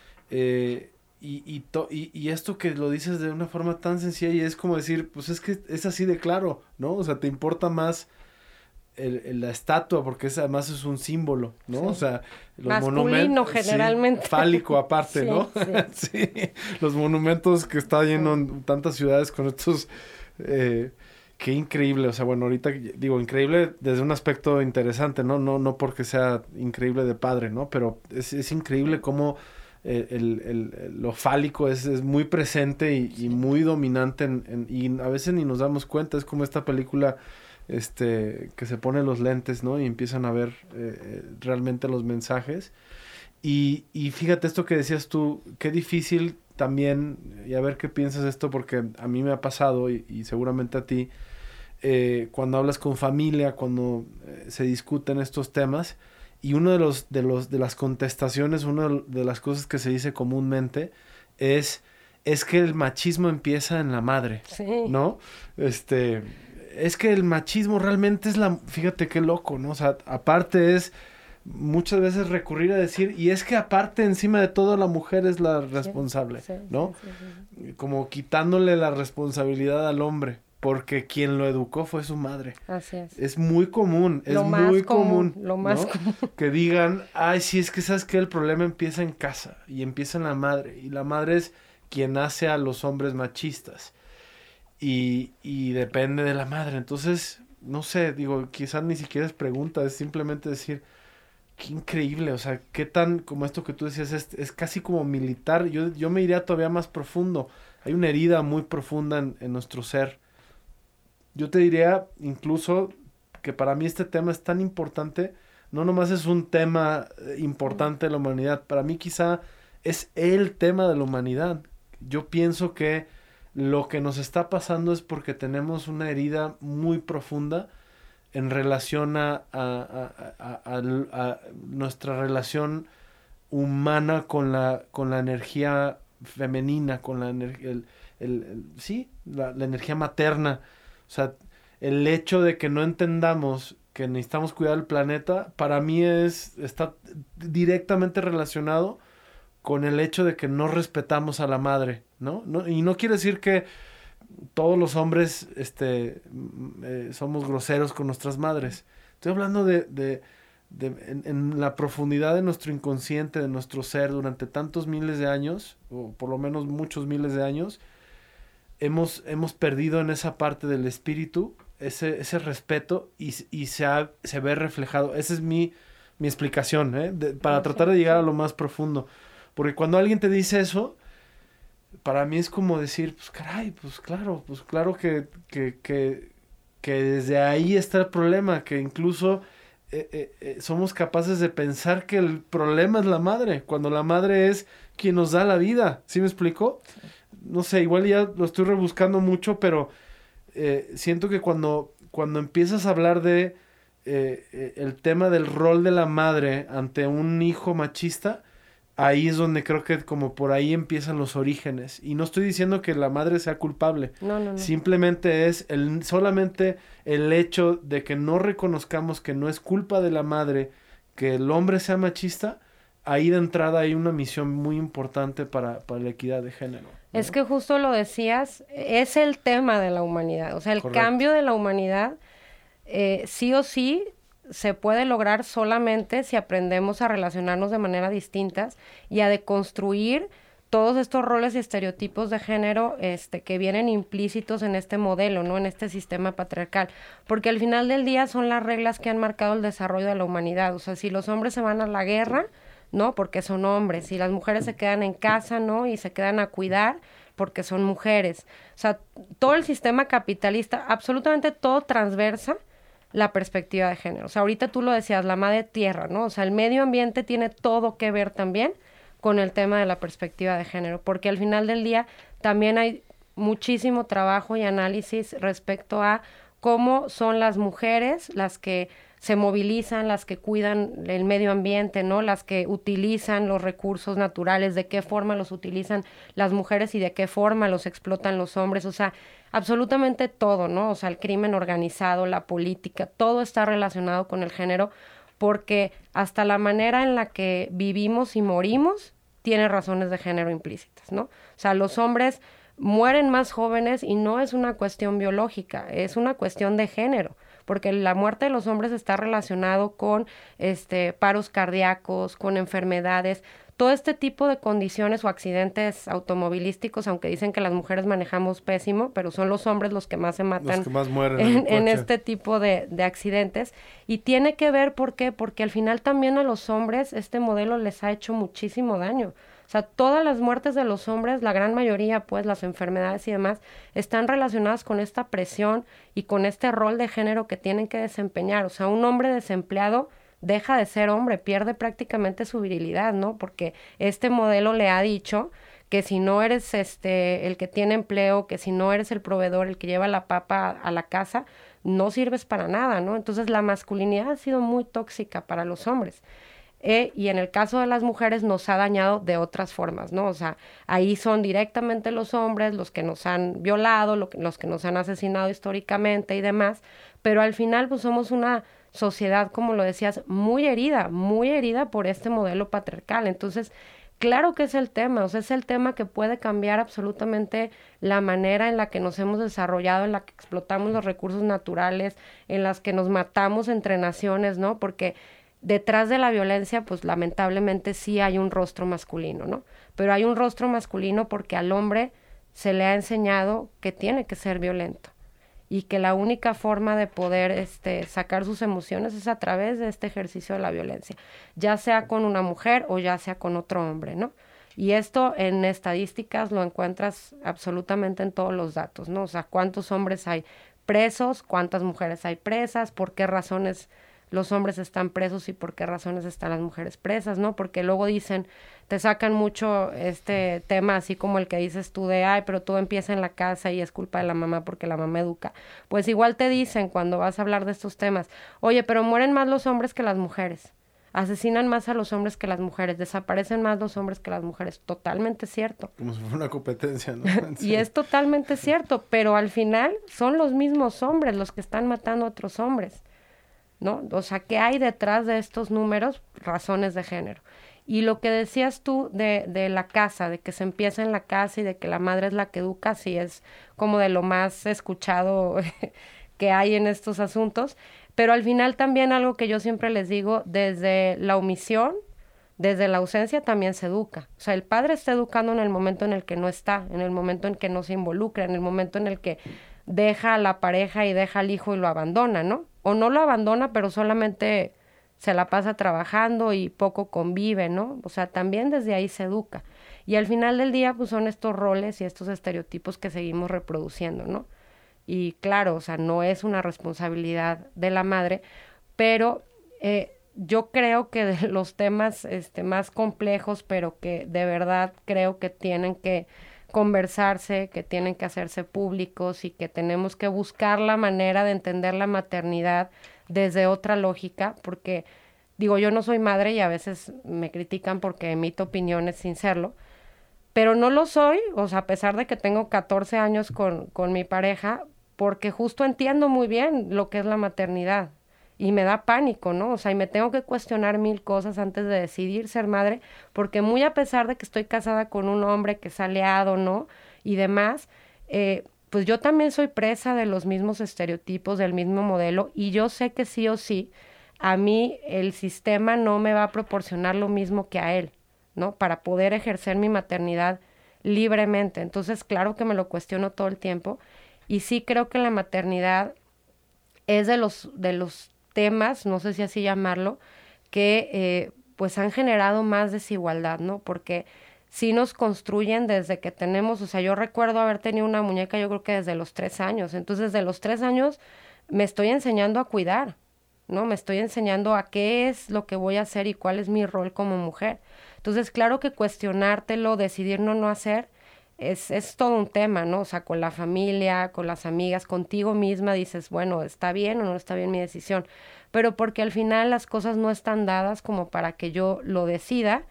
Eh, y, y, to, y, y esto que lo dices de una forma tan sencilla, y es como decir, pues es que es así de claro, ¿no? O sea, te importa más el, el, la estatua, porque es, además es un símbolo, ¿no? Sí. O sea, los masculino monumentos, generalmente. Sí, fálico aparte, sí, ¿no? Sí. Sí, los monumentos que está lleno en tantas ciudades con estos... Eh, qué increíble, o sea, bueno, ahorita digo increíble desde un aspecto interesante, ¿no? No, no porque sea increíble de padre, ¿no? Pero es, es increíble cómo el, el, el, lo fálico es, es muy presente y, y muy dominante en, en, y a veces ni nos damos cuenta. Es como esta película este que se pone los lentes, ¿no? Y empiezan a ver eh, realmente los mensajes. Y, y fíjate esto que decías tú, qué difícil también, y a ver qué piensas de esto, porque a mí me ha pasado y, y seguramente a ti, eh, cuando hablas con familia, cuando eh, se discuten estos temas, y uno de los de los de las contestaciones, una de las cosas que se dice comúnmente es es que el machismo empieza en la madre, sí. ¿No? Este, es que el machismo realmente es la, fíjate qué loco, ¿no? O sea, aparte es muchas veces recurrir a decir, y es que aparte encima de todo la mujer es la responsable, sí, sí, ¿no? Sí, sí, sí. Como quitándole la responsabilidad al hombre, porque quien lo educó fue su madre. Así es. Es muy común, es lo muy común, común, lo más ¿no? común. Que digan, ay, sí, es que sabes que el problema empieza en casa y empieza en la madre, y la madre es quien hace a los hombres machistas y, y depende de la madre. Entonces, no sé, digo, quizás ni siquiera es pregunta, es simplemente decir, qué increíble, o sea, qué tan, como esto que tú decías, es, es casi como militar. Yo, yo me iría todavía más profundo. Hay una herida muy profunda en, en nuestro ser. Yo te diría incluso que para mí este tema es tan importante, no nomás es un tema importante de la humanidad, para mí quizá es el tema de la humanidad. Yo pienso que lo que nos está pasando es porque tenemos una herida muy profunda en relación a, a, a, a, a, a nuestra relación humana con la, con la energía femenina, con la energía, el, el, el, sí, la, la energía materna. O sea, el hecho de que no entendamos que necesitamos cuidar el planeta, para mí es, está directamente relacionado con el hecho de que no respetamos a la madre, ¿no? No, y no quiere decir que todos los hombres este, eh, somos groseros con nuestras madres. Estoy hablando de, de, de en, en la profundidad de nuestro inconsciente, de nuestro ser, durante tantos miles de años, o por lo menos muchos miles de años, hemos, hemos perdido en esa parte del espíritu ese, ese respeto y, y se, ha, se ve reflejado. Esa es mi, mi explicación, ¿eh? de, para sí, tratar de llegar sí. a lo más profundo. Porque cuando alguien te dice eso, para mí es como decir, pues caray, pues claro, pues claro que, que, que, que desde ahí está el problema, que incluso eh, eh, eh, somos capaces de pensar que el problema es la madre, cuando la madre es quien nos da la vida. ¿Sí me explico? Sí. No sé, igual ya lo estoy rebuscando mucho, pero eh, siento que cuando, cuando empiezas a hablar de eh, eh, el tema del rol de la madre ante un hijo machista, ahí es donde creo que como por ahí empiezan los orígenes. Y no estoy diciendo que la madre sea culpable. No, no, no. Simplemente es el, solamente el hecho de que no reconozcamos que no es culpa de la madre que el hombre sea machista. Ahí de entrada hay una misión muy importante para, para la equidad de género, ¿no? Es que justo lo decías, es el tema de la humanidad. O sea, el Correcto. Cambio de la humanidad eh, sí o sí se puede lograr solamente si aprendemos a relacionarnos de manera distintas y a deconstruir todos estos roles y estereotipos de género este, que vienen implícitos en este modelo, ¿no? En este sistema patriarcal. Porque al final del día son las reglas que han marcado el desarrollo de la humanidad. O sea, si los hombres se van a la guerra, ¿no? Porque son hombres. Si las mujeres se quedan en casa, ¿no? Y se quedan a cuidar porque son mujeres. O sea, todo el sistema capitalista, absolutamente todo transversa la perspectiva de género. O sea, ahorita tú lo decías, la madre tierra, ¿no? O sea, el medio ambiente tiene todo que ver también con el tema de la perspectiva de género, porque al final del día también hay muchísimo trabajo y análisis respecto a cómo son las mujeres las que se movilizan, las que cuidan el medio ambiente, ¿no? Las que utilizan los recursos naturales, de qué forma los utilizan las mujeres y de qué forma los explotan los hombres, o sea, absolutamente todo, ¿no? O sea, el crimen organizado, la política, todo está relacionado con el género, porque hasta la manera en la que vivimos y morimos tiene razones de género implícitas, ¿no? O sea, los hombres mueren más jóvenes y no es una cuestión biológica, es una cuestión de género, porque la muerte de los hombres está relacionado con este paros cardíacos, con enfermedades, todo este tipo de condiciones o accidentes automovilísticos, aunque dicen que las mujeres manejamos pésimo, pero son los hombres los que más se matan los que más mueren en, en, en este tipo de, de accidentes. Y tiene que ver, ¿por qué? Porque al final también a los hombres este modelo les ha hecho muchísimo daño. O sea, todas las muertes de los hombres, la gran mayoría, pues, las enfermedades y demás, están relacionadas con esta presión y con este rol de género que tienen que desempeñar. O sea, un hombre desempleado deja de ser hombre, pierde prácticamente su virilidad, ¿no? Porque este modelo le ha dicho que si no eres este el que tiene empleo, que si no eres el proveedor, el que lleva la papa a, a la casa, no sirves para nada, ¿no? Entonces la masculinidad ha sido muy tóxica para los hombres. Eh, y en el caso de las mujeres nos ha dañado de otras formas, ¿no? O sea, ahí son directamente los hombres los que nos han violado, lo que, los que nos han asesinado históricamente y demás, pero al final pues somos una sociedad, como lo decías, muy herida, muy herida por este modelo patriarcal. Entonces, claro que es el tema, o sea, es el tema que puede cambiar absolutamente la manera en la que nos hemos desarrollado, en la que explotamos los recursos naturales, en las que nos matamos entre naciones, ¿no? Porque detrás de la violencia, pues lamentablemente sí hay un rostro masculino, ¿no? Pero hay un rostro masculino porque al hombre se le ha enseñado que tiene que ser violento y que la única forma de poder este, sacar sus emociones es a través de este ejercicio de la violencia, ya sea con una mujer o ya sea con otro hombre, ¿no? Y esto en estadísticas lo encuentras absolutamente en todos los datos, ¿no? O sea, cuántos hombres hay presos, cuántas mujeres hay presas, por qué razones los hombres están presos y por qué razones están las mujeres presas, ¿no? Porque luego dicen, te sacan mucho este tema, así como el que dices tú de, ay, pero todo empieza en la casa y es culpa de la mamá porque la mamá educa. Pues igual te dicen cuando vas a hablar de estos temas, oye, pero mueren más los hombres que las mujeres, asesinan más a los hombres que las mujeres, desaparecen más los hombres que las mujeres. Totalmente cierto. Como si fuera una competencia, ¿no? Sí. Y es totalmente cierto, pero al final son los mismos hombres los que están matando a otros hombres, ¿no? O sea, ¿qué hay detrás de estos números? Razones de género. Y lo que decías tú de, de la casa, de que se empieza en la casa y de que la madre es la que educa, sí es como de lo más escuchado que hay en estos asuntos. Pero al final también algo que yo siempre les digo, desde la omisión, desde la ausencia también se educa. O sea, el padre está educando en el momento en el que no está, en el momento en que no se involucra, en el momento en el que deja a la pareja y deja al hijo y lo abandona, ¿no? O no lo abandona, pero solamente se la pasa trabajando y poco convive, ¿no? O sea, también desde ahí se educa. Y al final del día, pues son estos roles y estos estereotipos que seguimos reproduciendo, ¿no? Y claro, o sea, no es una responsabilidad de la madre, pero eh, yo creo que de los temas este, más complejos, pero que de verdad creo que tienen que conversarse, que tienen que hacerse públicos y que tenemos que buscar la manera de entender la maternidad desde otra lógica, porque digo, yo no soy madre y a veces me critican porque emito opiniones sin serlo, pero no lo soy, o sea, a pesar de que tengo catorce años con, con mi pareja, porque justo entiendo muy bien lo que es la maternidad y me da pánico, ¿no? O sea, y me tengo que cuestionar mil cosas antes de decidir ser madre, porque muy a pesar de que estoy casada con un hombre que es aliado, ¿no? Y demás, eh, pues yo también soy presa de los mismos estereotipos, del mismo modelo, y yo sé que sí o sí, a mí el sistema no me va a proporcionar lo mismo que a él, ¿no? Para poder ejercer mi maternidad libremente. Entonces, claro que me lo cuestiono todo el tiempo, y sí creo que la maternidad es de los, de los temas, no sé si así llamarlo, que eh, pues han generado más desigualdad, ¿no? Porque sí nos construyen desde que tenemos, o sea, yo recuerdo haber tenido una muñeca yo creo que desde los tres años, entonces desde los tres años me estoy enseñando a cuidar, ¿no? Me estoy enseñando a qué es lo que voy a hacer y cuál es mi rol como mujer. Entonces, claro que cuestionártelo, decidir no no hacer, Es, es todo un tema, ¿no? O sea, con la familia, con las amigas, contigo misma dices, bueno, ¿está bien o no está bien mi decisión? Pero porque al final las cosas no están dadas como para que yo lo decida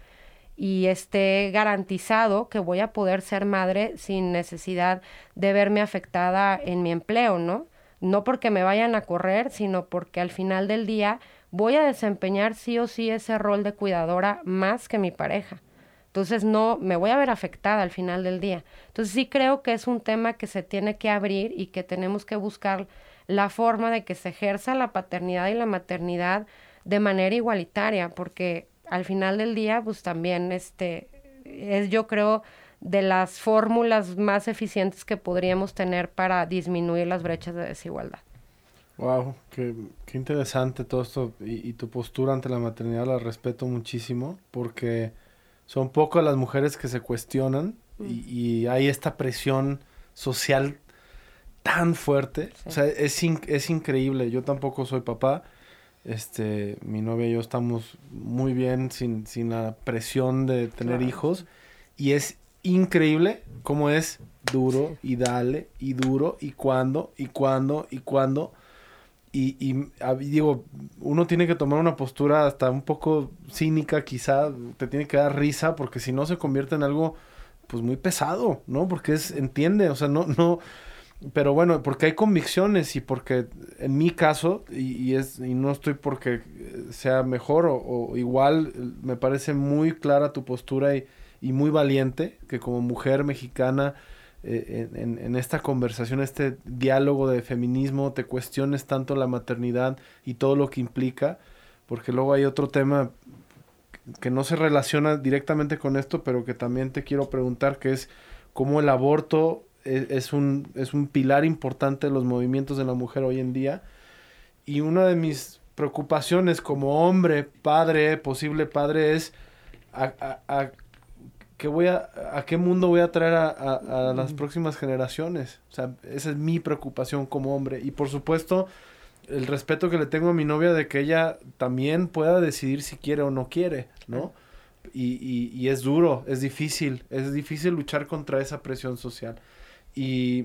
y esté garantizado que voy a poder ser madre sin necesidad de verme afectada en mi empleo, ¿no? No porque me vayan a correr, sino porque al final del día voy a desempeñar sí o sí ese rol de cuidadora más que mi pareja. Entonces no, me voy a ver afectada al final del día. Entonces sí creo que es un tema que se tiene que abrir y que tenemos que buscar la forma de que se ejerza la paternidad y la maternidad de manera igualitaria, porque al final del día, pues también este, es yo creo de las fórmulas más eficientes que podríamos tener para disminuir las brechas de desigualdad. Wow, qué, qué interesante todo esto y, y tu postura ante la maternidad la respeto muchísimo porque son pocas las mujeres que se cuestionan mm. y, y hay esta presión social tan fuerte. Sí. O sea, es, in, es increíble. Yo tampoco soy papá. Este, mi novia y yo estamos muy bien sin, sin la presión de tener claro. hijos. Y es increíble cómo es duro y dale y duro y cuándo y cuándo y cuándo. Y, y, y digo, uno tiene que tomar una postura hasta un poco cínica, quizá te tiene que dar risa, porque si no se convierte en algo pues muy pesado, ¿no? Porque es, entiende, o sea, no, no, pero bueno, porque hay convicciones y porque en mi caso, y, y es, y no estoy porque sea mejor o, o igual, me parece muy clara tu postura y, y muy valiente, que como mujer mexicana, Eh, en, en esta conversación, este diálogo de feminismo, te cuestiones tanto la maternidad y todo lo que implica, porque luego hay otro tema que no se relaciona directamente con esto, pero que también te quiero preguntar, que es cómo el aborto es, es, un, es un pilar importante de los movimientos de la mujer hoy en día, y una de mis preocupaciones como hombre, padre, posible padre, es a, a, a ¿Qué voy a, ¿A qué mundo voy a traer a, a, a las próximas generaciones? O sea, esa es mi preocupación como hombre. Y por supuesto, el respeto que le tengo a mi novia de que ella también pueda decidir si quiere o no quiere, ¿no? Y, y, y es duro, es difícil. Es difícil luchar contra esa presión social. Y,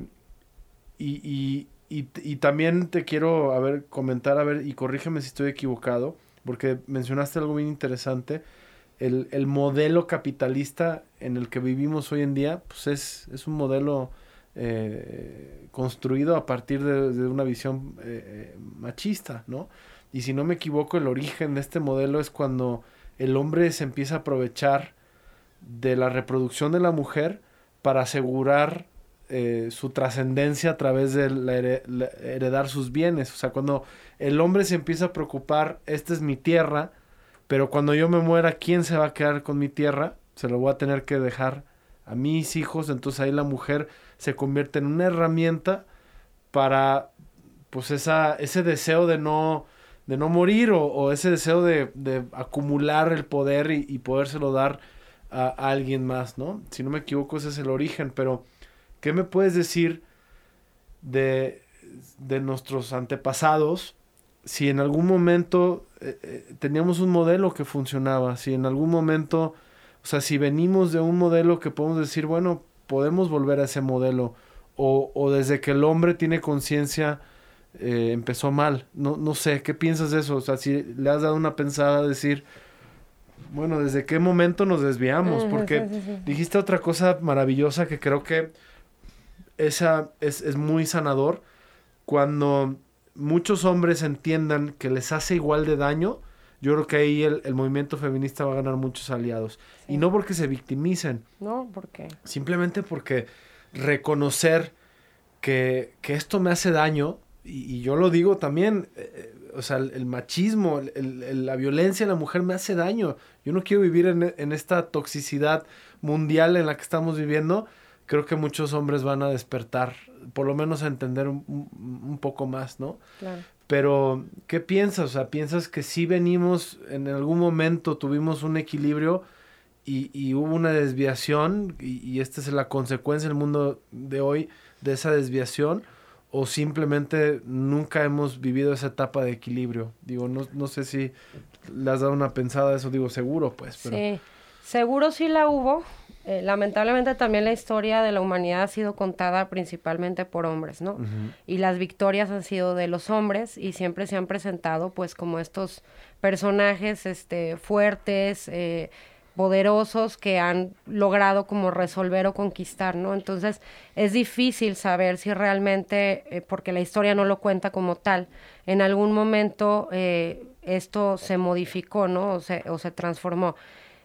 y, y, y, y también te quiero, a ver, comentar, a ver, y corrígeme si estoy equivocado, porque mencionaste algo bien interesante. El, el modelo capitalista en el que vivimos hoy en día, pues es, es un modelo eh, construido a partir de, de una visión eh, machista, ¿no? Y si no me equivoco, el origen de este modelo es cuando el hombre se empieza a aprovechar de la reproducción de la mujer para asegurar eh, su trascendencia a través de la her- la heredar sus bienes. O sea, cuando el hombre se empieza a preocupar, esta es mi tierra, pero cuando yo me muera, ¿quién se va a quedar con mi tierra? Se lo voy a tener que dejar a mis hijos. Entonces ahí la mujer se convierte en una herramienta para, pues, esa, ese deseo de no, de no morir o, o ese deseo de, de acumular el poder y, y podérselo dar a, a alguien más, ¿no? Si no me equivoco, ese es el origen. Pero, ¿qué me puedes decir de, de nuestros antepasados? Si en algún momento eh, eh, teníamos un modelo que funcionaba, si en algún momento, o sea, si venimos de un modelo que podemos decir, bueno, podemos volver a ese modelo, o, o desde que el hombre tiene conciencia eh, empezó mal, no, no sé, ¿qué piensas de eso? O sea, si le has dado una pensada a decir, bueno, ¿desde qué momento nos desviamos? Porque Sí, sí, sí. dijiste otra cosa maravillosa que creo que esa es, es muy sanador, cuando muchos hombres entiendan que les hace igual de daño. Yo creo que ahí el, el movimiento feminista va a ganar muchos aliados. Sí. Y no porque se victimicen, No, ¿por qué? simplemente porque reconocer que, que esto me hace daño, y, y yo lo digo también, eh, o sea, el, el machismo, el, el, la violencia en la mujer me hace daño. Yo no quiero vivir en, en esta toxicidad mundial en la que estamos viviendo. Creo que muchos hombres van a despertar, por lo menos a entender un, un, un poco más, ¿no? Claro. Pero, ¿qué piensas? O sea, ¿piensas que sí venimos, en algún momento tuvimos un equilibrio y, y hubo una desviación y, y esta es la consecuencia en el mundo de hoy de esa desviación? ¿O simplemente nunca hemos vivido esa etapa de equilibrio? Digo, no, no sé si le has dado una pensada a eso, digo, seguro, pues. Pero... Sí, seguro sí la hubo. Eh, lamentablemente también la historia de la humanidad ha sido contada principalmente por hombres, ¿no? Uh-huh. Y las victorias han sido de los hombres y siempre se han presentado pues como estos personajes este, fuertes, eh, poderosos que han logrado como resolver o conquistar, ¿no? Entonces es difícil saber si realmente, eh, porque la historia no lo cuenta como tal, en algún momento eh, esto se modificó, ¿no? O se, o se transformó.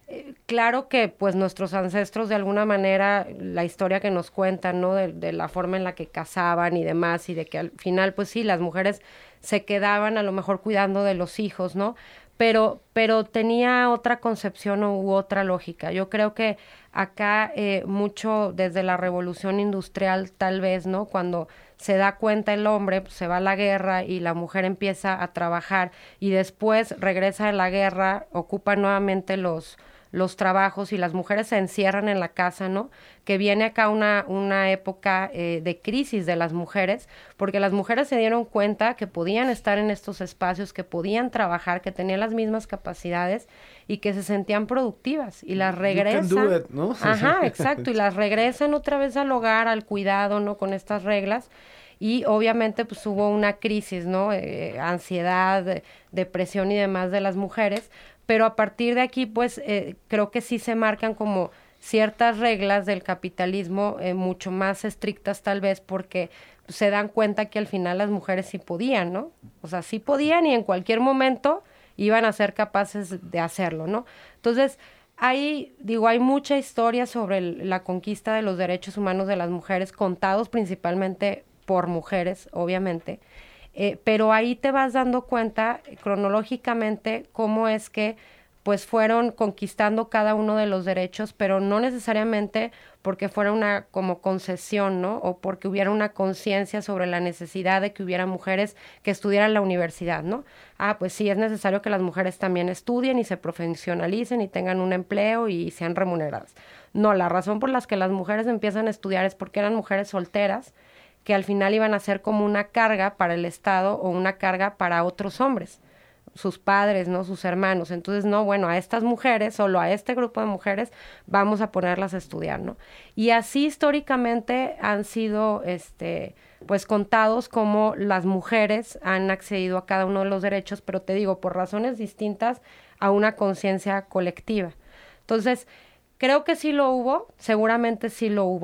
Claro que pues nuestros ancestros de alguna manera, la historia que nos cuentan, ¿no? De, de la forma en la que cazaban y demás, y de que al final pues sí, las mujeres se quedaban a lo mejor cuidando de los hijos, ¿no? Pero, pero tenía otra concepción u otra lógica. Yo creo que acá eh, mucho desde la revolución industrial tal vez, ¿no? Cuando se da cuenta el hombre, pues, se va a la guerra y la mujer empieza a trabajar y después regresa de la guerra, ocupa nuevamente los los trabajos y las mujeres se encierran en la casa, ¿no? Que viene acá una, una época eh, de crisis de las mujeres, porque las mujeres se dieron cuenta que podían estar en estos espacios, que podían trabajar, que tenían las mismas capacidades y que se sentían productivas y las regresan. You can do it, ¿no? Ajá, exacto, y las regresan otra vez al hogar, al cuidado, ¿no? Con estas reglas. Y obviamente pues hubo una crisis, ¿no? Eh, ansiedad, depresión y demás de las mujeres, pero a partir de aquí pues eh, creo que sí se marcan como ciertas reglas del capitalismo eh, mucho más estrictas tal vez porque pues, se dan cuenta que al final las mujeres sí podían, ¿no? O sea, sí podían y en cualquier momento iban a ser capaces de hacerlo, ¿no? Entonces, Hay, digo, hay mucha historia sobre el, la conquista de los derechos humanos de las mujeres, contados principalmente por mujeres, obviamente, eh, pero ahí te vas dando cuenta eh, cronológicamente cómo es que pues fueron conquistando cada uno de los derechos, pero no necesariamente porque fuera una como concesión, ¿no? O porque hubiera una conciencia sobre la necesidad de que hubiera mujeres que estudiaran la universidad, ¿no? Ah, pues sí, es necesario que las mujeres también estudien y se profesionalicen y tengan un empleo y sean remuneradas. No, la razón por la que las mujeres empiezan a estudiar es porque eran mujeres solteras que al final iban a ser como una carga para el Estado o una carga para otros hombres, sus padres, ¿no? Sus hermanos. Entonces, no, bueno, a estas mujeres, solo a este grupo de mujeres, vamos a ponerlas a estudiar, ¿no? Y así históricamente han sido, este, pues contados como las mujeres han accedido a cada uno de los derechos, pero te digo, por razones distintas a una conciencia colectiva. Entonces, creo que sí lo hubo, seguramente sí lo hubo,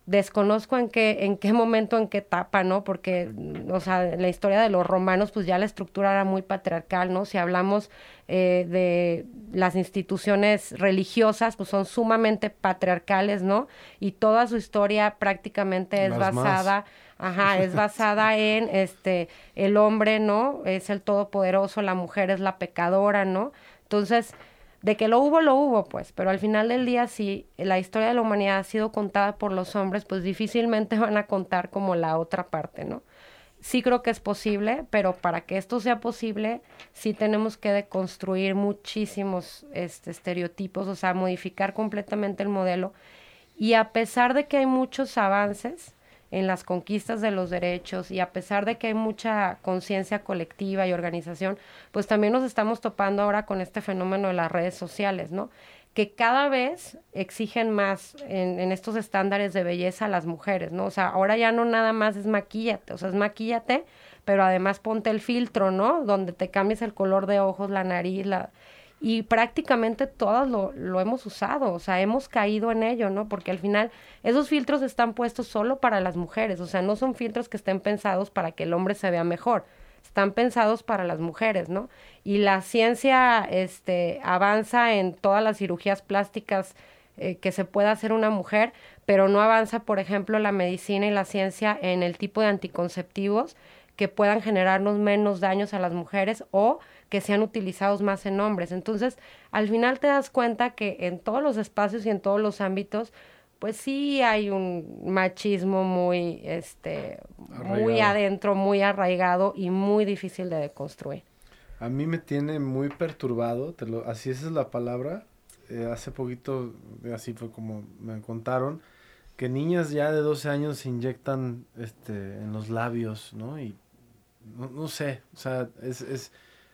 desconozco en qué, en qué momento, en qué etapa, ¿no? Porque, o sea, en la historia de los romanos, pues ya la estructura era muy patriarcal, ¿no? Si hablamos eh, de las instituciones religiosas, pues son sumamente patriarcales, ¿no? Y toda su historia prácticamente es Las basada, más. ajá, es basada en, este, el hombre, ¿no? Es el todopoderoso, la mujer es la pecadora, ¿no? Entonces, de que lo hubo, lo hubo, pues, pero al final del día, si la historia de la humanidad ha sido contada por los hombres, pues difícilmente van a contar como la otra parte, ¿no? Sí creo que es posible, pero para que esto sea posible, sí tenemos que deconstruir muchísimos este, estereotipos, o sea, modificar completamente el modelo. Y a pesar de que hay muchos avances en las conquistas de los derechos y a pesar de que hay mucha conciencia colectiva y organización, pues también nos estamos topando ahora con este fenómeno de las redes sociales, ¿no? Que cada vez exigen más en, en estos estándares de belleza a las mujeres, ¿no? O sea, ahora ya no nada más es maquíllate, o sea, es maquíllate, pero además ponte el filtro, ¿no? Donde te cambies el color de ojos, la nariz, la... Y prácticamente todas lo, lo hemos usado, o sea, hemos caído en ello, ¿no? Porque al final esos filtros están puestos solo para las mujeres, o sea, no son filtros que estén pensados para que el hombre se vea mejor, están pensados para las mujeres, ¿no? Y la ciencia este, avanza en todas las cirugías plásticas eh, que se pueda hacer una mujer, pero no avanza, por ejemplo, la medicina y la ciencia en el tipo de anticonceptivos que puedan generarnos menos daños a las mujeres o que sean utilizados más en hombres. Entonces, al final te das cuenta que en todos los espacios y en todos los ámbitos, pues sí hay un machismo muy, este, arraigado. muy adentro, muy arraigado y muy difícil de deconstruir. A mí me tiene muy perturbado, te lo, así esa es la palabra. Eh, hace poquito, así fue como me contaron, que niñas ya de doce años se inyectan este, en los labios, ¿no? Y no, no sé, o sea, es, es,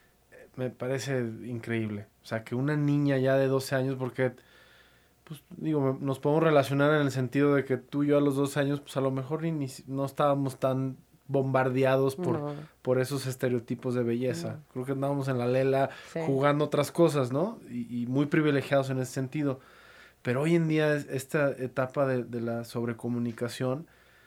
me parece increíble. O sea, que una niña ya de doce años, porque, pues, digo, nos podemos relacionar en el sentido de que tú y yo a los doce años, pues a lo mejor ni, ni no estábamos tan bombardeados por, no. por esos estereotipos de belleza. No. Creo que andábamos en la lela sí. jugando otras cosas, ¿no? Y, y muy privilegiados en ese sentido. Pero hoy en día esta etapa de, de la sobrecomunicación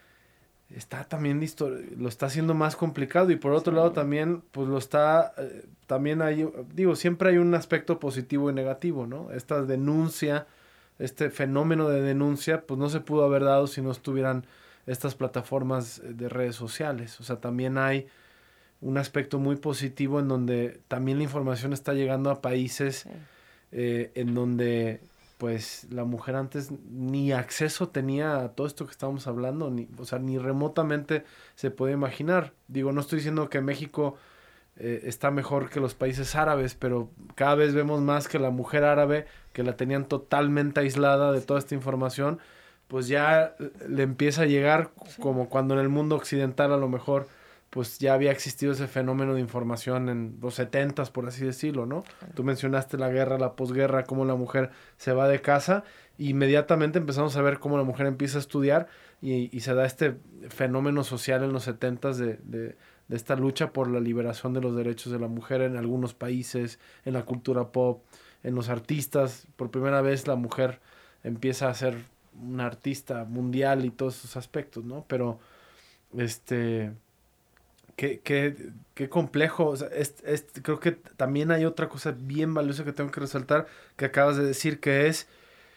está también distor- lo está haciendo más complicado y por otro sí. lado también pues lo está eh, también hay digo siempre hay un aspecto positivo y negativo, ¿no? Esta denuncia, este fenómeno de denuncia pues no se pudo haber dado si no estuvieran estas plataformas de redes sociales. O sea, también hay un aspecto muy positivo en donde también la información está llegando a países sí. eh, en donde pues la mujer antes ni acceso tenía a todo esto que estábamos hablando, ni, o sea, ni remotamente se puede imaginar. Digo, no estoy diciendo que México eh, está mejor que los países árabes, pero cada vez vemos más que la mujer árabe, que la tenían totalmente aislada de toda esta información, pues ya le empieza a llegar sí. como cuando en el mundo occidental a lo mejor pues ya había existido ese fenómeno de información en los setentas, por así decirlo, ¿no? Sí. Tú mencionaste la guerra, la posguerra, cómo la mujer se va de casa, e inmediatamente empezamos a ver cómo la mujer empieza a estudiar y, y se da este fenómeno social en los setentas de, de, de esta lucha por la liberación de los derechos de la mujer en algunos países, en la cultura pop, en los artistas. Por primera vez la mujer empieza a ser una artista mundial y todos esos aspectos, ¿no? Pero, este... Qué, qué, qué complejo. O sea, es, es, creo que también hay otra cosa bien valiosa que tengo que resaltar que acabas de decir, que es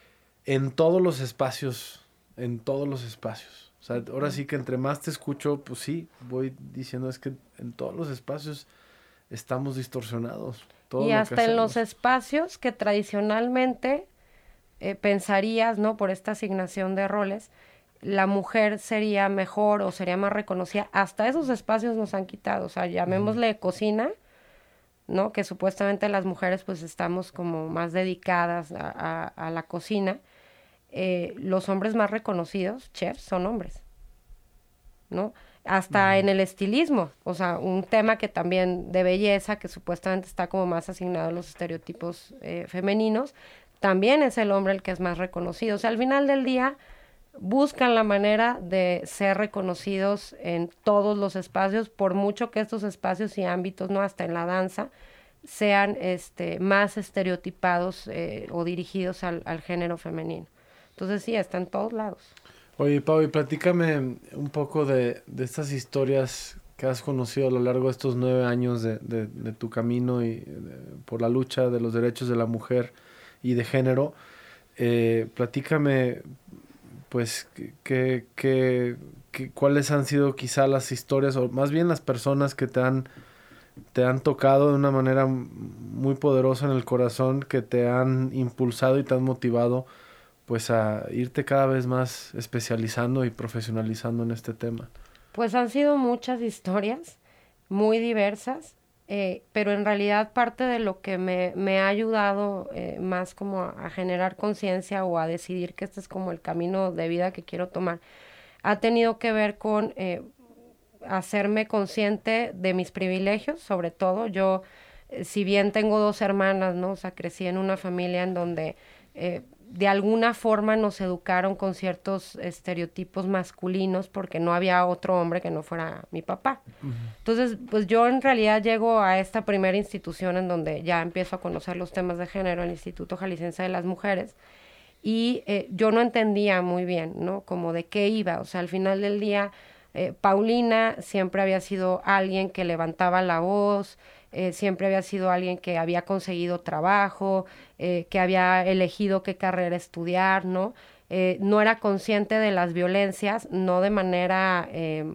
en todos los espacios, en todos los espacios. O sea, ahora sí que entre más te escucho, pues sí, voy diciendo es que en todos los espacios estamos distorsionados. Todo y lo hasta que en los espacios que tradicionalmente eh, pensarías, ¿no? Por esta asignación de roles, la mujer sería mejor o sería más reconocida, hasta esos espacios nos han quitado, o sea, llamémosle uh-huh. cocina, ¿no? Que supuestamente las mujeres pues estamos como más dedicadas a, a, a la cocina. Eh, los hombres más reconocidos, chefs, son hombres, ¿no? Hasta uh-huh. en el estilismo, o sea, un tema que también de belleza, que supuestamente está como más asignado a los estereotipos eh, femeninos, también es el hombre el que es más reconocido. O sea, al final del día buscan la manera de ser reconocidos en todos los espacios, por mucho que estos espacios y ámbitos, no hasta en la danza, sean este, más estereotipados eh, o dirigidos al, al género femenino. Entonces sí, está en todos lados. Oye, Pau, y platícame un poco de, de estas historias que has conocido a lo largo de estos nueve años de, de, de tu camino y de, por la lucha de los derechos de la mujer y de género. Eh, platícame, pues, que, que, que, cuáles han sido quizá las historias, o más bien las personas que te han, te han tocado de una manera muy poderosa en el corazón, que te han impulsado y te han motivado pues a irte cada vez más especializando y profesionalizando en este tema. Pues han sido muchas historias, muy diversas, eh, pero en realidad parte de lo que me, me ha ayudado eh, más como a, a generar conciencia o a decidir que este es como el camino de vida que quiero tomar, ha tenido que ver con eh, hacerme consciente de mis privilegios, sobre todo. Yo, eh, si bien tengo dos hermanas, ¿no? O sea, crecí en una familia en donde eh, de alguna forma nos educaron con ciertos estereotipos masculinos porque no había otro hombre que no fuera mi papá. Uh-huh. Entonces, pues yo en realidad llego a esta primera institución en donde ya empiezo a conocer los temas de género, el Instituto Jalisciense de las Mujeres, y eh, yo no entendía muy bien, ¿no? Como de qué iba. O sea, al final del día, eh, Paulina siempre había sido alguien que levantaba la voz, Eh, siempre había sido alguien que había conseguido trabajo, eh, que había elegido qué carrera estudiar, ¿no? Eh, no era consciente de las violencias, no de manera, eh,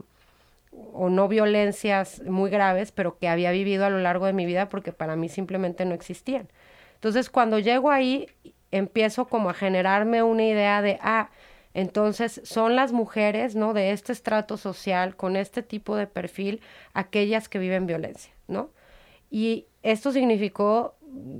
o no violencias muy graves, pero que había vivido a lo largo de mi vida porque para mí simplemente no existían. Entonces, cuando llego ahí, empiezo como a generarme una idea de, ah, entonces son las mujeres, ¿no? De este estrato social, con este tipo de perfil, aquellas que viven violencia, ¿no? Y esto significó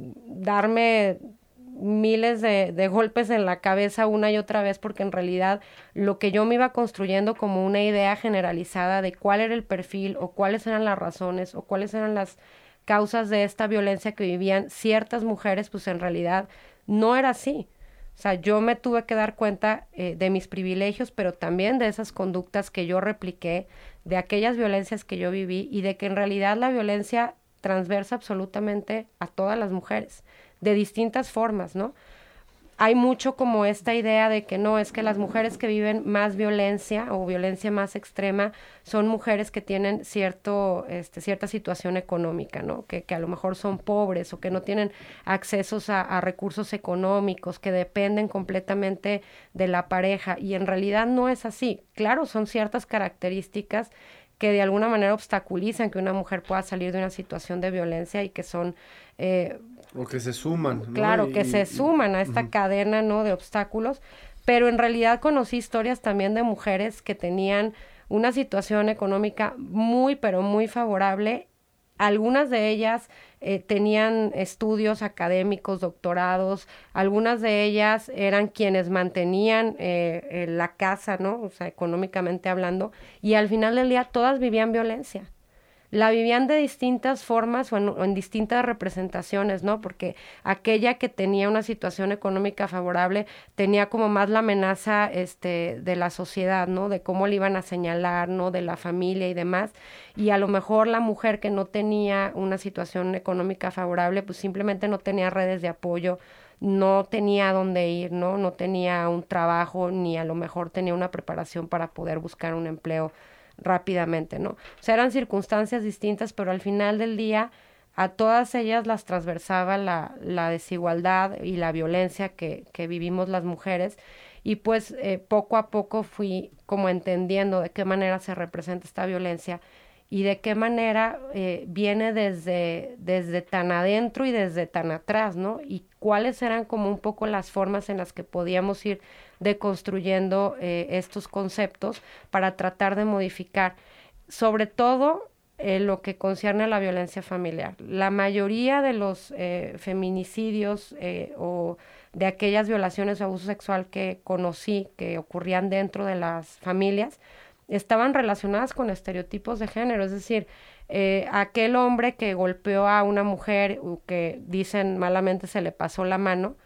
darme miles de, de golpes en la cabeza una y otra vez, porque en realidad lo que yo me iba construyendo como una idea generalizada de cuál era el perfil o cuáles eran las razones o cuáles eran las causas de esta violencia que vivían ciertas mujeres, pues en realidad no era así. O sea, yo me tuve que dar cuenta eh, de mis privilegios, pero también de esas conductas que yo repliqué, de aquellas violencias que yo viví y de que en realidad la violencia transversa absolutamente a todas las mujeres, de distintas formas, ¿no? Hay mucho como esta idea de que no, es que las mujeres que viven más violencia o violencia más extrema son mujeres que tienen cierto, este, cierta situación económica, ¿no? Que, que a lo mejor son pobres o que no tienen accesos a, a recursos económicos, que dependen completamente de la pareja, y en realidad no es así. Claro, son ciertas características que de alguna manera obstaculizan que una mujer pueda salir de una situación de violencia y que son... Eh, o que se suman, ¿no? Claro, y, que se y, suman a esta uh-huh. cadena, ¿no? De obstáculos, pero en realidad conocí historias también de mujeres que tenían una situación económica muy, pero muy favorable. Algunas de ellas eh, tenían estudios académicos, doctorados, algunas de ellas eran quienes mantenían eh, eh, la casa, ¿no? O sea, económicamente hablando, y al final del día todas vivían violencia. La vivían de distintas formas o en, o en distintas representaciones, ¿no? Porque aquella que tenía una situación económica favorable tenía como más la amenaza este, de la sociedad, ¿no? De cómo le iban a señalar, ¿no? De la familia y demás. Y a lo mejor la mujer que no tenía una situación económica favorable, pues simplemente no tenía redes de apoyo, no tenía dónde ir, ¿no? No tenía un trabajo, ni a lo mejor tenía una preparación para poder buscar un empleo rápidamente, ¿no? O sea, eran circunstancias distintas, pero al final del día a todas ellas las transversaba la, la desigualdad y la violencia que, que vivimos las mujeres, y pues eh, poco a poco fui como entendiendo de qué manera se representa esta violencia y de qué manera eh, viene desde, desde tan adentro y desde tan atrás, ¿no? Y cuáles eran como un poco las formas en las que podíamos ir deconstruyendo eh, estos conceptos para tratar de modificar, sobre todo eh, lo que concierne a la violencia familiar. La mayoría de los eh, feminicidios eh, o de aquellas violaciones o abuso sexual que conocí que ocurrían dentro de las familias estaban relacionadas con estereotipos de género, es decir, eh, aquel hombre que golpeó a una mujer o que dicen malamente se le pasó la mano,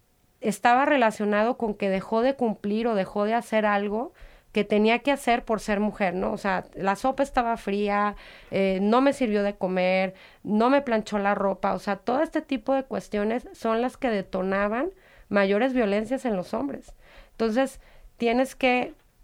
estaba relacionado con que dejó de cumplir o dejó de hacer algo que tenía que hacer por ser mujer, ¿no? O sea, la sopa estaba fría, eh, no me sirvió de comer, no me planchó la ropa, o sea, todo este tipo de cuestiones son las que detonaban mayores violencias en los hombres. Entonces, tienes que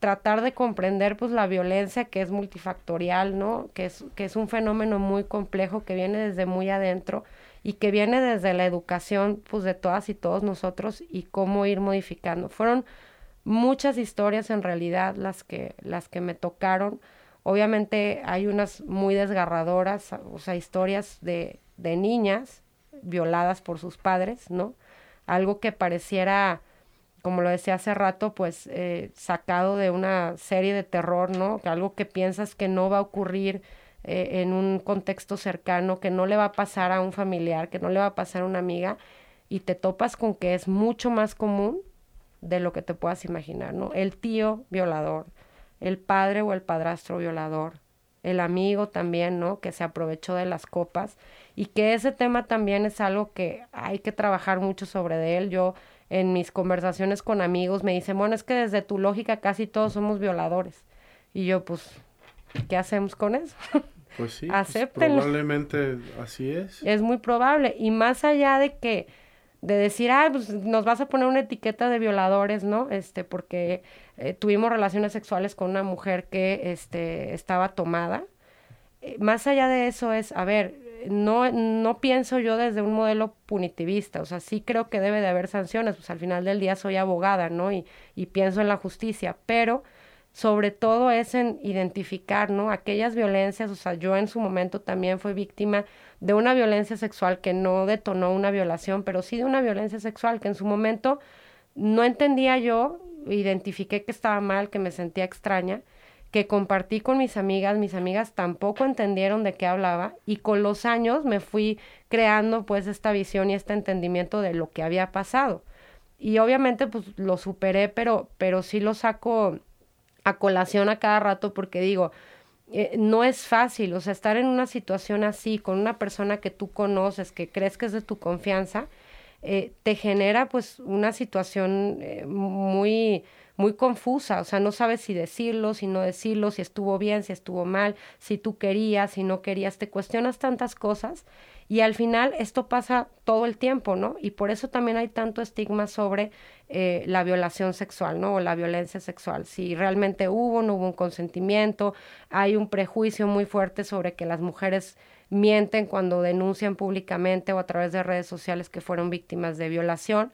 tratar de comprender pues la violencia que es multifactorial, ¿no? Que es, que es un fenómeno muy complejo que viene desde muy adentro y que viene desde la educación pues de todas y todos nosotros y cómo ir modificando. Fueron muchas historias en realidad las que, las que me tocaron. Obviamente hay unas muy desgarradoras, o sea, historias de, de niñas violadas por sus padres, ¿no? Algo que pareciera, como lo decía hace rato, pues eh, sacado de una serie de terror, ¿no? Que algo que piensas que no va a ocurrir eh, en un contexto cercano, que no le va a pasar a un familiar, que no le va a pasar a una amiga, y te topas con que es mucho más común de lo que te puedas imaginar, ¿no? El tío violador, el padre o el padrastro violador, el amigo también, ¿no? Que se aprovechó de las copas, y que ese tema también es algo que hay que trabajar mucho sobre de él. Yo en mis conversaciones con amigos me dicen, bueno, es que desde tu lógica casi todos somos violadores. Y yo, pues, ¿qué hacemos con eso? Pues sí, acéptenlo. Pues probablemente así es. Es muy probable. Y más allá de que, de decir, ah, pues nos vas a poner una etiqueta de violadores, ¿no? Este, porque eh, tuvimos relaciones sexuales con una mujer que este, estaba tomada. Eh, más allá de eso es, a ver, no, no pienso yo desde un modelo punitivista, o sea, sí creo que debe de haber sanciones, pues al final del día soy abogada, ¿no? Y, y pienso en la justicia, pero sobre todo es en identificar, ¿no? Aquellas violencias, o sea, yo en su momento también fui víctima de una violencia sexual que no detonó una violación, pero sí de una violencia sexual que en su momento no entendía yo, identifiqué que estaba mal, que me sentía extraña, que compartí con mis amigas, mis amigas tampoco entendieron de qué hablaba, y con los años me fui creando pues esta visión y este entendimiento de lo que había pasado. Y obviamente pues lo superé, pero, pero sí lo saco a colación a cada rato porque digo, eh, no es fácil, o sea, estar en una situación así, con una persona que tú conoces, que crees que es de tu confianza, eh, te genera pues una situación eh, muy... muy confusa, o sea, no sabes si decirlo, si no decirlo, si estuvo bien, si estuvo mal, si tú querías, si no querías, te cuestionas tantas cosas y al final esto pasa todo el tiempo, ¿no? Y por eso también hay tanto estigma sobre eh, la violación sexual, ¿no? O la violencia sexual, si realmente hubo, no hubo un consentimiento, hay un prejuicio muy fuerte sobre que las mujeres mienten cuando denuncian públicamente o a través de redes sociales que fueron víctimas de violación.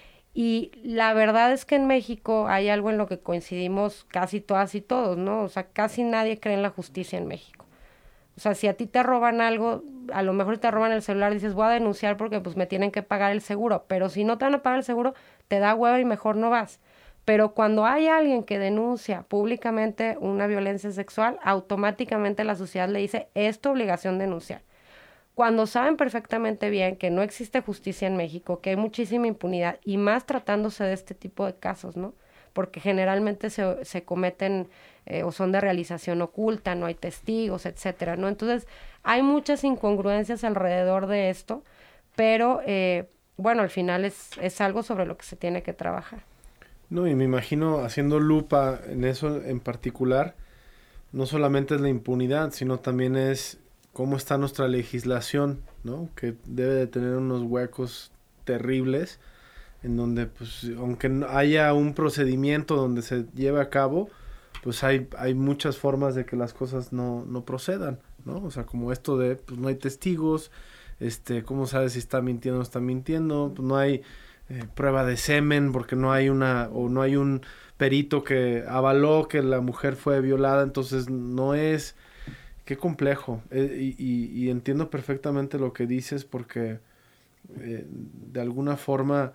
Y la verdad es que en México hay algo en lo que coincidimos casi todas y todos, ¿no? O sea, casi nadie cree en la justicia en México. O sea, si a ti te roban algo, a lo mejor te roban el celular, dices, voy a denunciar porque pues me tienen que pagar el seguro. Pero si no te van a pagar el seguro, te da hueva y mejor no vas. Pero cuando hay alguien que denuncia públicamente una violencia sexual, automáticamente la sociedad le dice, es tu obligación denunciar. Cuando saben perfectamente bien que no existe justicia en México, que hay muchísima impunidad, y más tratándose de este tipo de casos, ¿no? Porque generalmente se, se cometen eh, o son de realización oculta, no hay testigos, etcétera, ¿no? Entonces, hay muchas incongruencias alrededor de esto, pero, eh, bueno, al final es, es algo sobre lo que se tiene que trabajar. No, y me imagino haciendo lupa en eso en particular, no solamente es la impunidad, sino también es cómo está nuestra legislación, ¿no? Que debe de tener unos huecos terribles en donde, pues, aunque haya un procedimiento donde se lleve a cabo, pues hay, hay muchas formas de que las cosas no, no procedan, ¿no? O sea, como esto de, pues, no hay testigos, este, ¿cómo sabes si está mintiendo o no está mintiendo? Pues no hay eh, prueba de semen porque no hay una, o no hay un perito que avaló que la mujer fue violada, entonces no es... Qué complejo, eh, y, y, y entiendo perfectamente lo que dices porque eh, de alguna forma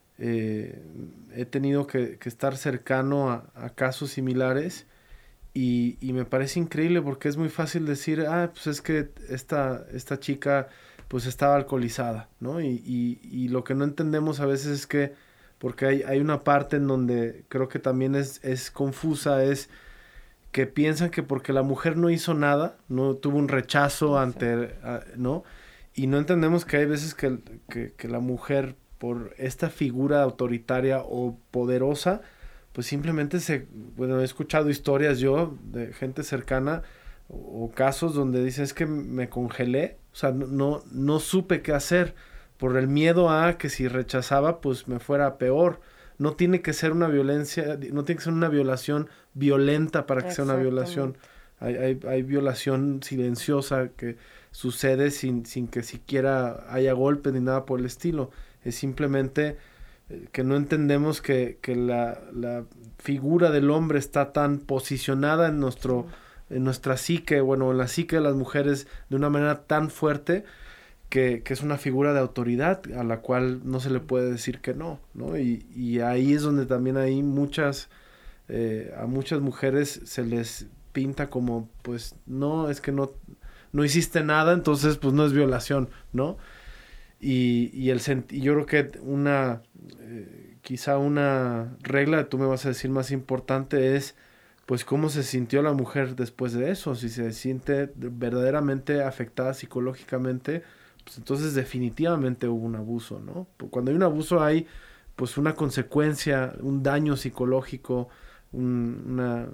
eh, he tenido que, que estar cercano a, a casos similares y, y me parece increíble porque es muy fácil decir, ah, pues es que esta, esta chica pues estaba alcoholizada, ¿no? Y, y, y lo que no entendemos a veces es que, porque hay, hay una parte en donde creo que también es, es confusa, es... que piensan que porque la mujer no hizo nada, no tuvo un rechazo ante, ¿no? Y no entendemos que hay veces que, que, que la mujer, por esta figura autoritaria o poderosa, pues simplemente se... Bueno, he escuchado historias yo de gente cercana o, o casos donde dicen, es que me congelé, o sea, no, no, no supe qué hacer por el miedo a que si rechazaba, pues me fuera peor. no tiene que ser una violencia, no tiene que ser una violación violenta para que sea una violación. Hay, hay, hay violación silenciosa que sucede sin, sin que siquiera haya golpe ni nada por el estilo. Es simplemente que no entendemos que, que la, la figura del hombre está tan posicionada en nuestro, sí. en nuestra psique, bueno, en la psique de las mujeres de una manera tan fuerte que, que es una figura de autoridad a la cual no se le puede decir que no, ¿no? Y, y ahí es donde también hay muchas, eh, a muchas mujeres se les pinta como, pues, no, es que no, no hiciste nada, entonces, pues, no es violación, ¿no? Y, y, el y yo creo que una, eh, quizá una regla, tú me vas a decir más importante, es pues cómo se sintió la mujer después de eso. Si se siente verdaderamente afectada psicológicamente, pues entonces definitivamente hubo un abuso, ¿no? Cuando hay un abuso hay pues una consecuencia, un daño psicológico, un, una,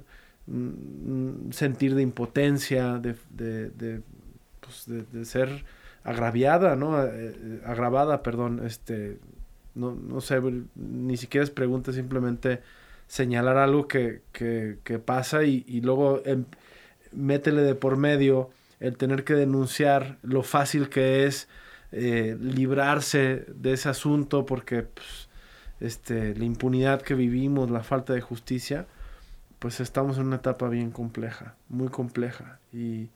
un sentir de impotencia, de, de, de, pues de, de ser... agraviada, ¿no? Eh, agravada, perdón, este, no, no sé, ni siquiera es pregunta, simplemente señalar algo que, que, que pasa y, y luego eh, métele de por medio el tener que denunciar lo fácil que es eh, librarse de ese asunto porque pues, este, la impunidad que vivimos, la falta de justicia, pues estamos en una etapa bien compleja, muy compleja y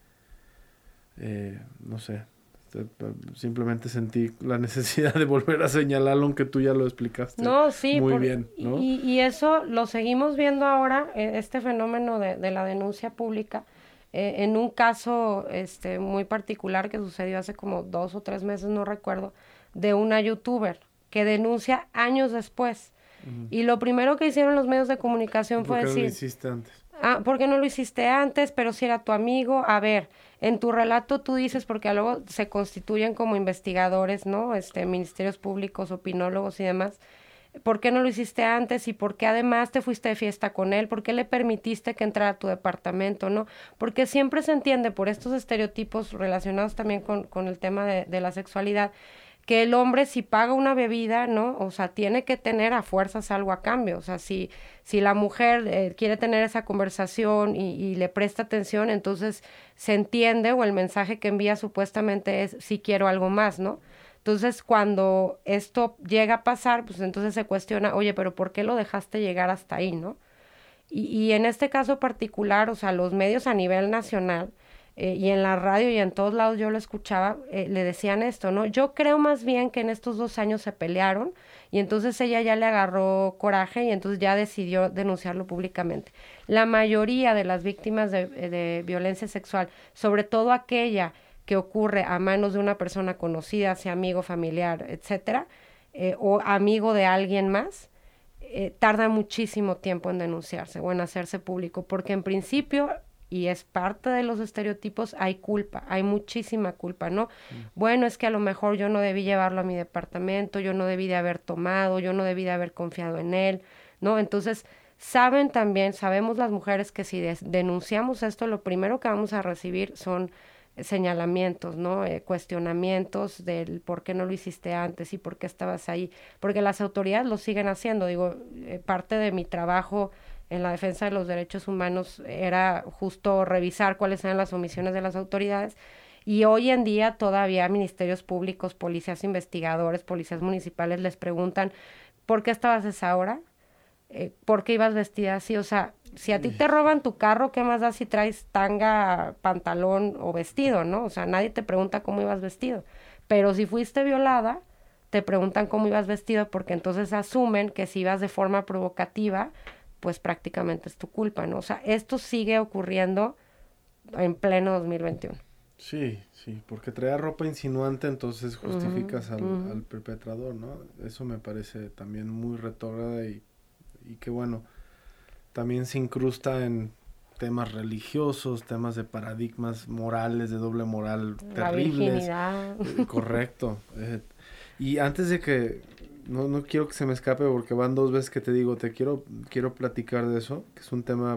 eh, no sé, simplemente sentí la necesidad de volver a señalarlo, aunque tú ya lo explicaste no, sí, muy por, bien, ¿no? Y, y eso lo seguimos viendo ahora, este fenómeno de, de la denuncia pública, eh, en un caso este, muy particular que sucedió hace como dos o tres meses, no recuerdo, de una youtuber que denuncia años después. Uh-huh. Y lo primero que hicieron los medios de comunicación fue decir... ¿Por qué no lo hiciste antes? Ah, ¿por qué no lo hiciste antes? Pero si era tu amigo. A ver, en tu relato tú dices, porque luego se constituyen como investigadores, ¿no? Este, ministerios públicos, opinólogos y demás. ¿Por qué no lo hiciste antes? ¿Y por qué además te fuiste de fiesta con él? ¿Por qué le permitiste que entrara a tu departamento, no? Porque siempre se entiende por estos estereotipos relacionados también con, con el tema de, de la sexualidad, que el hombre si paga una bebida, ¿no? O sea, tiene que tener a fuerzas algo a cambio. O sea, si, si la mujer eh, quiere tener esa conversación y, y le presta atención, entonces se entiende o el mensaje que envía supuestamente es si quiero algo más, ¿no? Entonces, cuando esto llega a pasar, pues entonces se cuestiona, oye, pero ¿por qué lo dejaste llegar hasta ahí, no? Y, y en este caso particular, o sea, los medios a nivel nacional, Eh, y en la radio y en todos lados yo lo escuchaba, eh, le decían esto, ¿no? Yo creo más bien que en estos dos años se pelearon y entonces ella ya le agarró coraje y entonces ya decidió denunciarlo públicamente. La mayoría de las víctimas de, de violencia sexual, sobre todo aquella que ocurre a manos de una persona conocida, sea amigo, familiar, etcétera, eh, o amigo de alguien más, eh, tarda muchísimo tiempo en denunciarse o en hacerse público, porque en principio... y es parte de los estereotipos, hay culpa, hay muchísima culpa, ¿no? Mm. Bueno, es que a lo mejor yo no debí llevarlo a mi departamento, yo no debí de haber tomado, yo no debí de haber confiado en él, ¿no? Entonces, saben también, sabemos las mujeres que si des- denunciamos esto, lo primero que vamos a recibir son señalamientos, ¿no? Eh, cuestionamientos del por qué no lo hiciste antes y por qué estabas ahí, porque las autoridades lo siguen haciendo, digo, eh, parte de mi trabajo en la defensa de los derechos humanos era justo revisar cuáles eran las omisiones de las autoridades y hoy en día todavía ministerios públicos, policías investigadores, policías municipales les preguntan ¿por qué estabas a esa hora? Eh, ¿por qué ibas vestida así? O sea, si a ti te roban tu carro, ¿qué más da si traes tanga, pantalón o vestido, no? O sea, nadie te pregunta cómo ibas vestido. Pero si fuiste violada, te preguntan cómo ibas vestido porque entonces asumen que si ibas de forma provocativa, pues prácticamente es tu culpa, ¿no? O sea, esto sigue ocurriendo en pleno dos mil veintiuno. Sí, sí, porque traía ropa insinuante, entonces justificas uh-huh, al, uh-huh. al perpetrador, ¿no? Eso me parece también muy retrógrada y, y que bueno, también se incrusta en temas religiosos, temas de paradigmas morales, de doble moral La terribles. Virginidad. Eh, correcto. Eh, y antes de que No, no quiero que se me escape porque van dos veces que te digo, te quiero, quiero platicar de eso, que es un tema,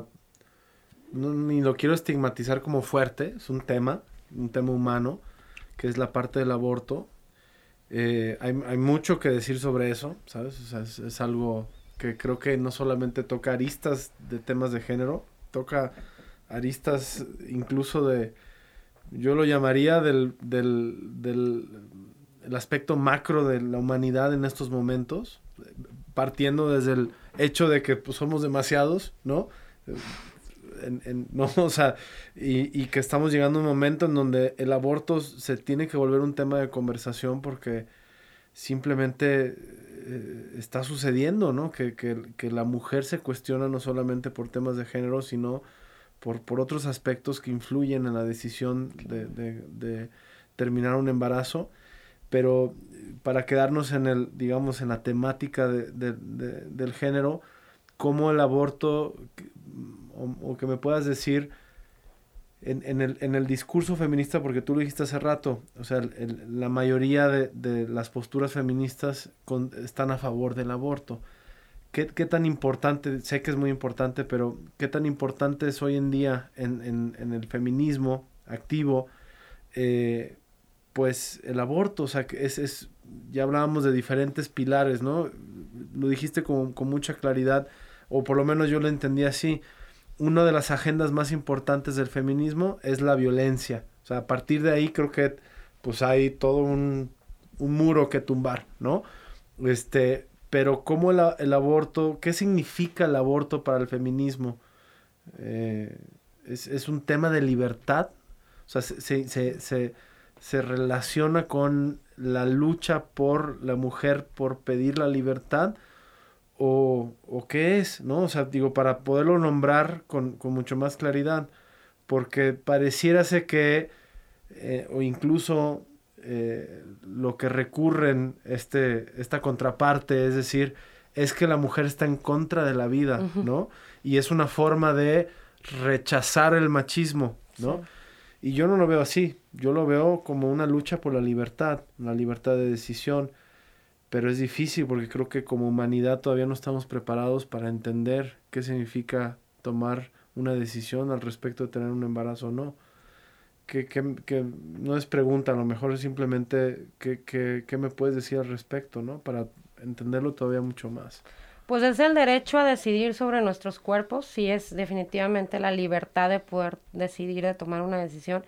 no, ni lo quiero estigmatizar como fuerte, es un tema, un tema humano, que es la parte del aborto. Eh, hay, hay mucho que decir sobre eso, ¿sabes? O sea, es, es algo que creo que no solamente toca aristas de temas de género, toca aristas incluso de, yo lo llamaría del, del, del el aspecto macro de la humanidad en estos momentos, partiendo desde el hecho de que pues, somos demasiados, ¿no? En, en, no, o sea, y, y que estamos llegando a un momento en donde el aborto se tiene que volver un tema de conversación porque simplemente eh, está sucediendo, ¿no? Que, que, que la mujer se cuestiona no solamente por temas de género, sino por, por otros aspectos que influyen en la decisión de, de, de terminar un embarazo. Pero para quedarnos en el, digamos, en la temática de, de, de, del género, cómo el aborto, o, o que me puedas decir, en, en, el, en el discurso feminista, porque tú lo dijiste hace rato, o sea, el, el, la mayoría de, de las posturas feministas con, están a favor del aborto. ¿Qué, ¿Qué tan importante, sé que es muy importante, pero qué tan importante es hoy en día en, en, en el feminismo activo, eh, pues el aborto? O sea, que es, es, ya hablábamos de diferentes pilares, ¿no? Lo dijiste con, con mucha claridad, o por lo menos yo lo entendí así. Una de las agendas más importantes del feminismo es la violencia. O sea, a partir de ahí creo que pues hay todo un, un muro que tumbar, ¿no? Este, pero ¿cómo el, el aborto, qué significa el aborto para el feminismo? Eh, es, es un tema de libertad. O sea, se, se, se, se se relaciona con la lucha por la mujer, por pedir la libertad, o, o qué es, ¿no? O sea, digo, para poderlo nombrar con, con mucho más claridad, porque pareciera ser que, eh, o incluso eh, lo que recurren este, esta contraparte, es decir, es que la mujer está en contra de la vida, uh-huh. ¿no? Y es una forma de rechazar el machismo, ¿no? Sí. Y yo no lo veo así, yo lo veo como una lucha por la libertad, la libertad de decisión, pero es difícil porque creo que como humanidad todavía no estamos preparados para entender qué significa tomar una decisión al respecto de tener un embarazo o no. Que, que, que no es pregunta, a lo mejor es simplemente qué que, que me puedes decir al respecto, ¿no? Para entenderlo todavía mucho más. Pues es el derecho a decidir sobre nuestros cuerpos, sí es definitivamente la libertad de poder decidir, de tomar una decisión.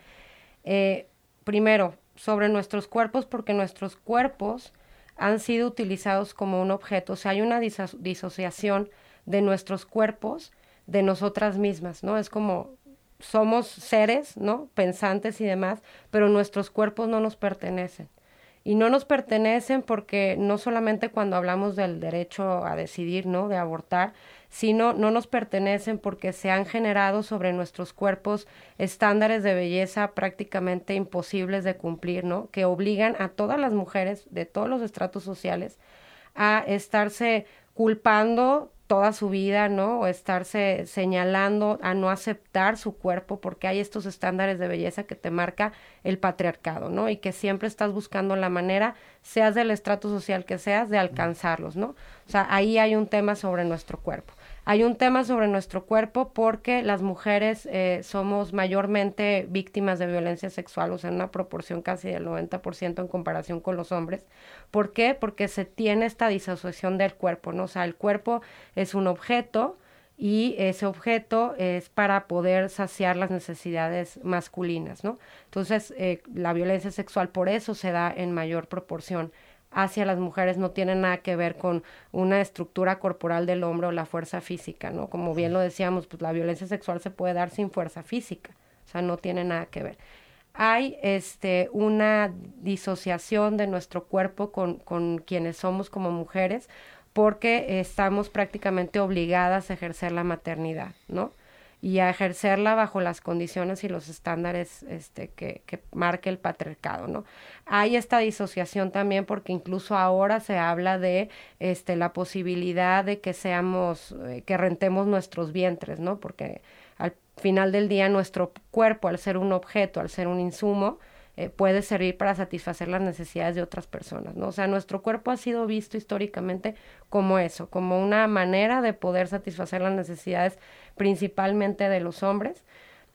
Eh, primero, sobre nuestros cuerpos, porque nuestros cuerpos han sido utilizados como un objeto, o sea, hay una diso- disociación de nuestros cuerpos de nosotras mismas, ¿no? Es como somos seres, ¿no? Pensantes y demás, pero nuestros cuerpos no nos pertenecen. Y no nos pertenecen porque no solamente cuando hablamos del derecho a decidir, ¿no? De abortar, sino no nos pertenecen porque se han generado sobre nuestros cuerpos estándares de belleza prácticamente imposibles de cumplir, ¿no? Que obligan a todas las mujeres de todos los estratos sociales a estarse culpando toda su vida, ¿no? O estarse señalando a no aceptar su cuerpo porque hay estos estándares de belleza que te marca el patriarcado, ¿no? Y que siempre estás buscando la manera, seas del estrato social que seas, de alcanzarlos, ¿no? O sea, ahí hay un tema sobre nuestro cuerpo. Hay un tema sobre nuestro cuerpo porque las mujeres eh, somos mayormente víctimas de violencia sexual, o sea, en una proporción casi del noventa por ciento en comparación con los hombres. ¿Por qué? Porque se tiene esta disociación del cuerpo, ¿no? O sea, el cuerpo es un objeto y ese objeto es para poder saciar las necesidades masculinas, ¿no? Entonces, eh, la violencia sexual por eso se da en mayor proporción hacia las mujeres, no tiene nada que ver con una estructura corporal del hombre o la fuerza física, ¿no? Como bien lo decíamos, pues la violencia sexual se puede dar sin fuerza física, o sea, no tiene nada que ver. Hay este, una disociación de nuestro cuerpo con, con quienes somos como mujeres porque estamos prácticamente obligadas a ejercer la maternidad, ¿no? Y a ejercerla bajo las condiciones y los estándares este, que, que marca el patriarcado, ¿no? Hay esta disociación también porque incluso ahora se habla de este, la posibilidad de que seamos, eh, que rentemos nuestros vientres, ¿no? Porque al final del día nuestro cuerpo, al ser un objeto, al ser un insumo, eh, puede servir para satisfacer las necesidades de otras personas, ¿no? O sea, nuestro cuerpo ha sido visto históricamente como eso, como una manera de poder satisfacer las necesidades principalmente de los hombres,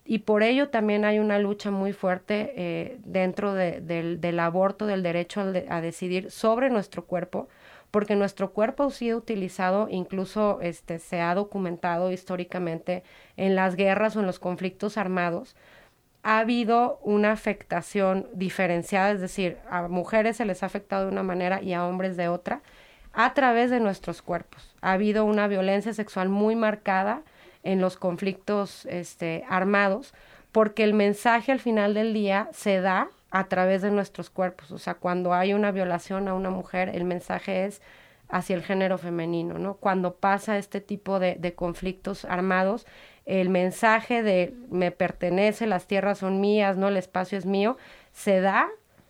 Y por ello también hay una lucha muy fuerte eh, dentro de, del, del aborto, del derecho a, de, a decidir sobre nuestro cuerpo, porque nuestro cuerpo ha sido utilizado, incluso este, se ha documentado históricamente en las guerras o en los conflictos armados. Ha habido una afectación diferenciada, es decir, a mujeres se les ha afectado de una manera y a hombres de otra, a través de nuestros cuerpos. Ha habido una violencia sexual muy marcada en los conflictos este, armados, porque el mensaje al final del día se da a través de nuestros cuerpos. O sea, cuando hay una violación a una mujer, el mensaje es hacia el género femenino, ¿no? Cuando pasa este tipo de, de conflictos armados, el mensaje de me pertenece, las tierras son mías, no, el espacio es mío, se da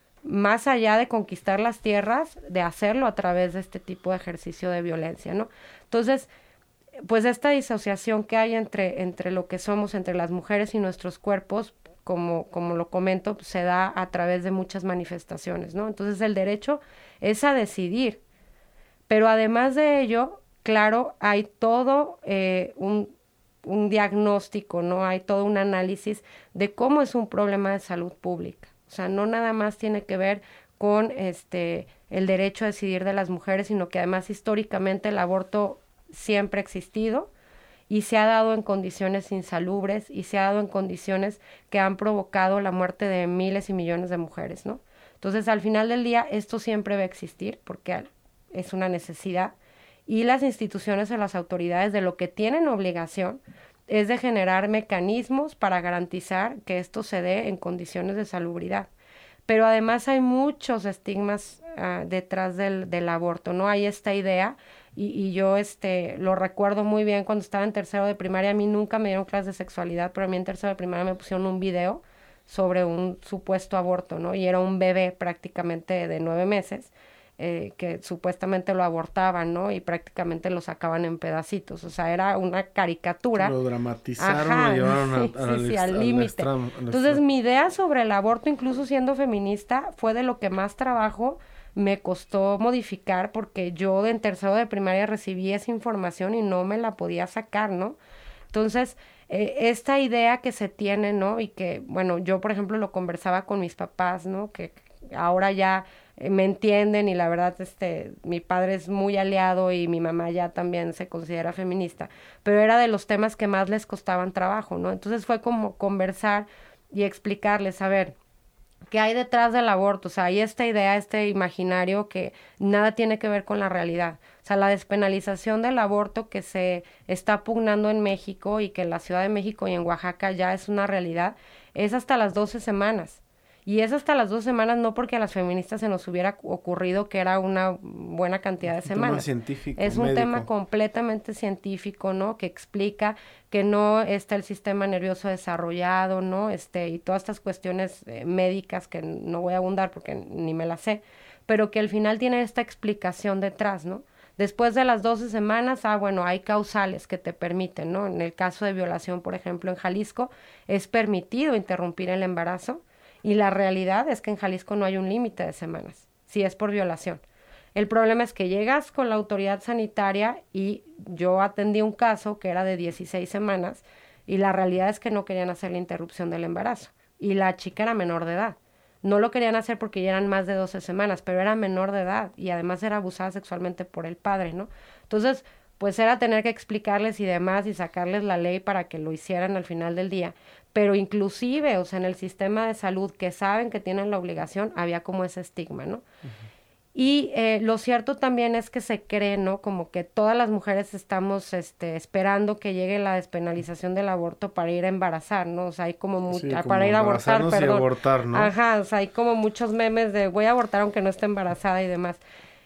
más allá de conquistar las tierras, de hacerlo a través de este tipo de ejercicio de violencia, ¿no? Entonces, pues esta disociación que hay entre, entre lo que somos, entre las mujeres y nuestros cuerpos, como, como lo comento, pues, se da a través de muchas manifestaciones, ¿no? Entonces el derecho es a decidir, pero además de ello, claro, hay todo eh, un, un diagnóstico, ¿no? Hay todo un análisis de cómo es un problema de salud pública. O sea, no nada más tiene que ver con este el derecho a decidir de las mujeres, sino que además históricamente el aborto siempre ha existido y se ha dado en condiciones insalubres y se ha dado en condiciones que han provocado la muerte de miles y millones de mujeres, ¿no? Entonces, al final del día, esto siempre va a existir porque es una necesidad y las instituciones o las autoridades de lo que tienen obligación es de generar mecanismos para garantizar que esto se dé en condiciones de salubridad. Pero además hay muchos estigmas uh, detrás del, del aborto, ¿no? Hay esta idea, y, y yo este lo recuerdo muy bien cuando estaba en tercero de primaria. A mí nunca me dieron clases de sexualidad, pero a mí en tercero de primaria me pusieron un video sobre un supuesto aborto, ¿no? Y era un bebé prácticamente de nueve meses, eh, que supuestamente lo abortaban, ¿no? Y prácticamente lo sacaban en pedacitos. O sea, era una caricatura. Lo dramatizaron, Ajá, lo llevaron a, sí, a, sí, sí, al, al límite. extremo. Entonces, mi idea sobre el aborto, incluso siendo feminista, fue de lo que más trabajo me costó modificar, porque yo en tercero de primaria recibí esa información y no me la podía sacar, ¿no? Entonces, eh, esta idea que se tiene, ¿no? Y que, bueno, yo, por ejemplo, lo conversaba con mis papás, ¿no? Que ahora ya eh, me entienden y la verdad, este, mi padre es muy aliado y mi mamá ya también se considera feminista, pero era de los temas que más les costaban trabajo, ¿no? Entonces fue como conversar y explicarles, a ver, ¿qué hay detrás del aborto? O sea, hay esta idea, este imaginario que nada tiene que ver con la realidad. O sea, la despenalización del aborto que se está pugnando en México y que en la Ciudad de México y en Oaxaca ya es una realidad, es hasta las doce semanas. Y es hasta las dos semanas, no porque a las feministas se nos hubiera ocurrido que era una buena cantidad de semanas. Un tema científico, es un médico. tema completamente científico, ¿no? Que explica que no está el sistema nervioso desarrollado, ¿no? Este, y todas estas cuestiones eh, médicas que no voy a abundar porque ni me las sé, pero que al final tiene esta explicación detrás, ¿no? Después de las doce semanas, ah, bueno, hay causales que te permiten, ¿no? En el caso de violación, por ejemplo, en Jalisco, es permitido interrumpir el embarazo. Y la realidad es que en Jalisco no hay un límite de semanas, si es por violación. El problema es que llegas con la autoridad sanitaria y yo atendí un caso que era de dieciséis semanas y la realidad es que no querían hacer la interrupción del embarazo. Y la chica era menor de edad. No lo querían hacer porque ya eran más de doce semanas, pero era menor de edad y además era abusada sexualmente por el padre, ¿no? Entonces, pues era tener que explicarles y demás y sacarles la ley para que lo hicieran al final del día. Pero inclusive, o sea, en el sistema de salud que saben que tienen la obligación, había como ese estigma, ¿no? Uh-huh. Y eh, lo cierto también es que se cree, ¿no? Como que todas las mujeres estamos este, esperando que llegue la despenalización del aborto para ir a embarazar, ¿no? O sea, hay como mucho, sí, para ir a abortar, perdón. Abortar, ¿no? Ajá, o sea, hay como muchos memes de voy a abortar aunque no esté embarazada y demás.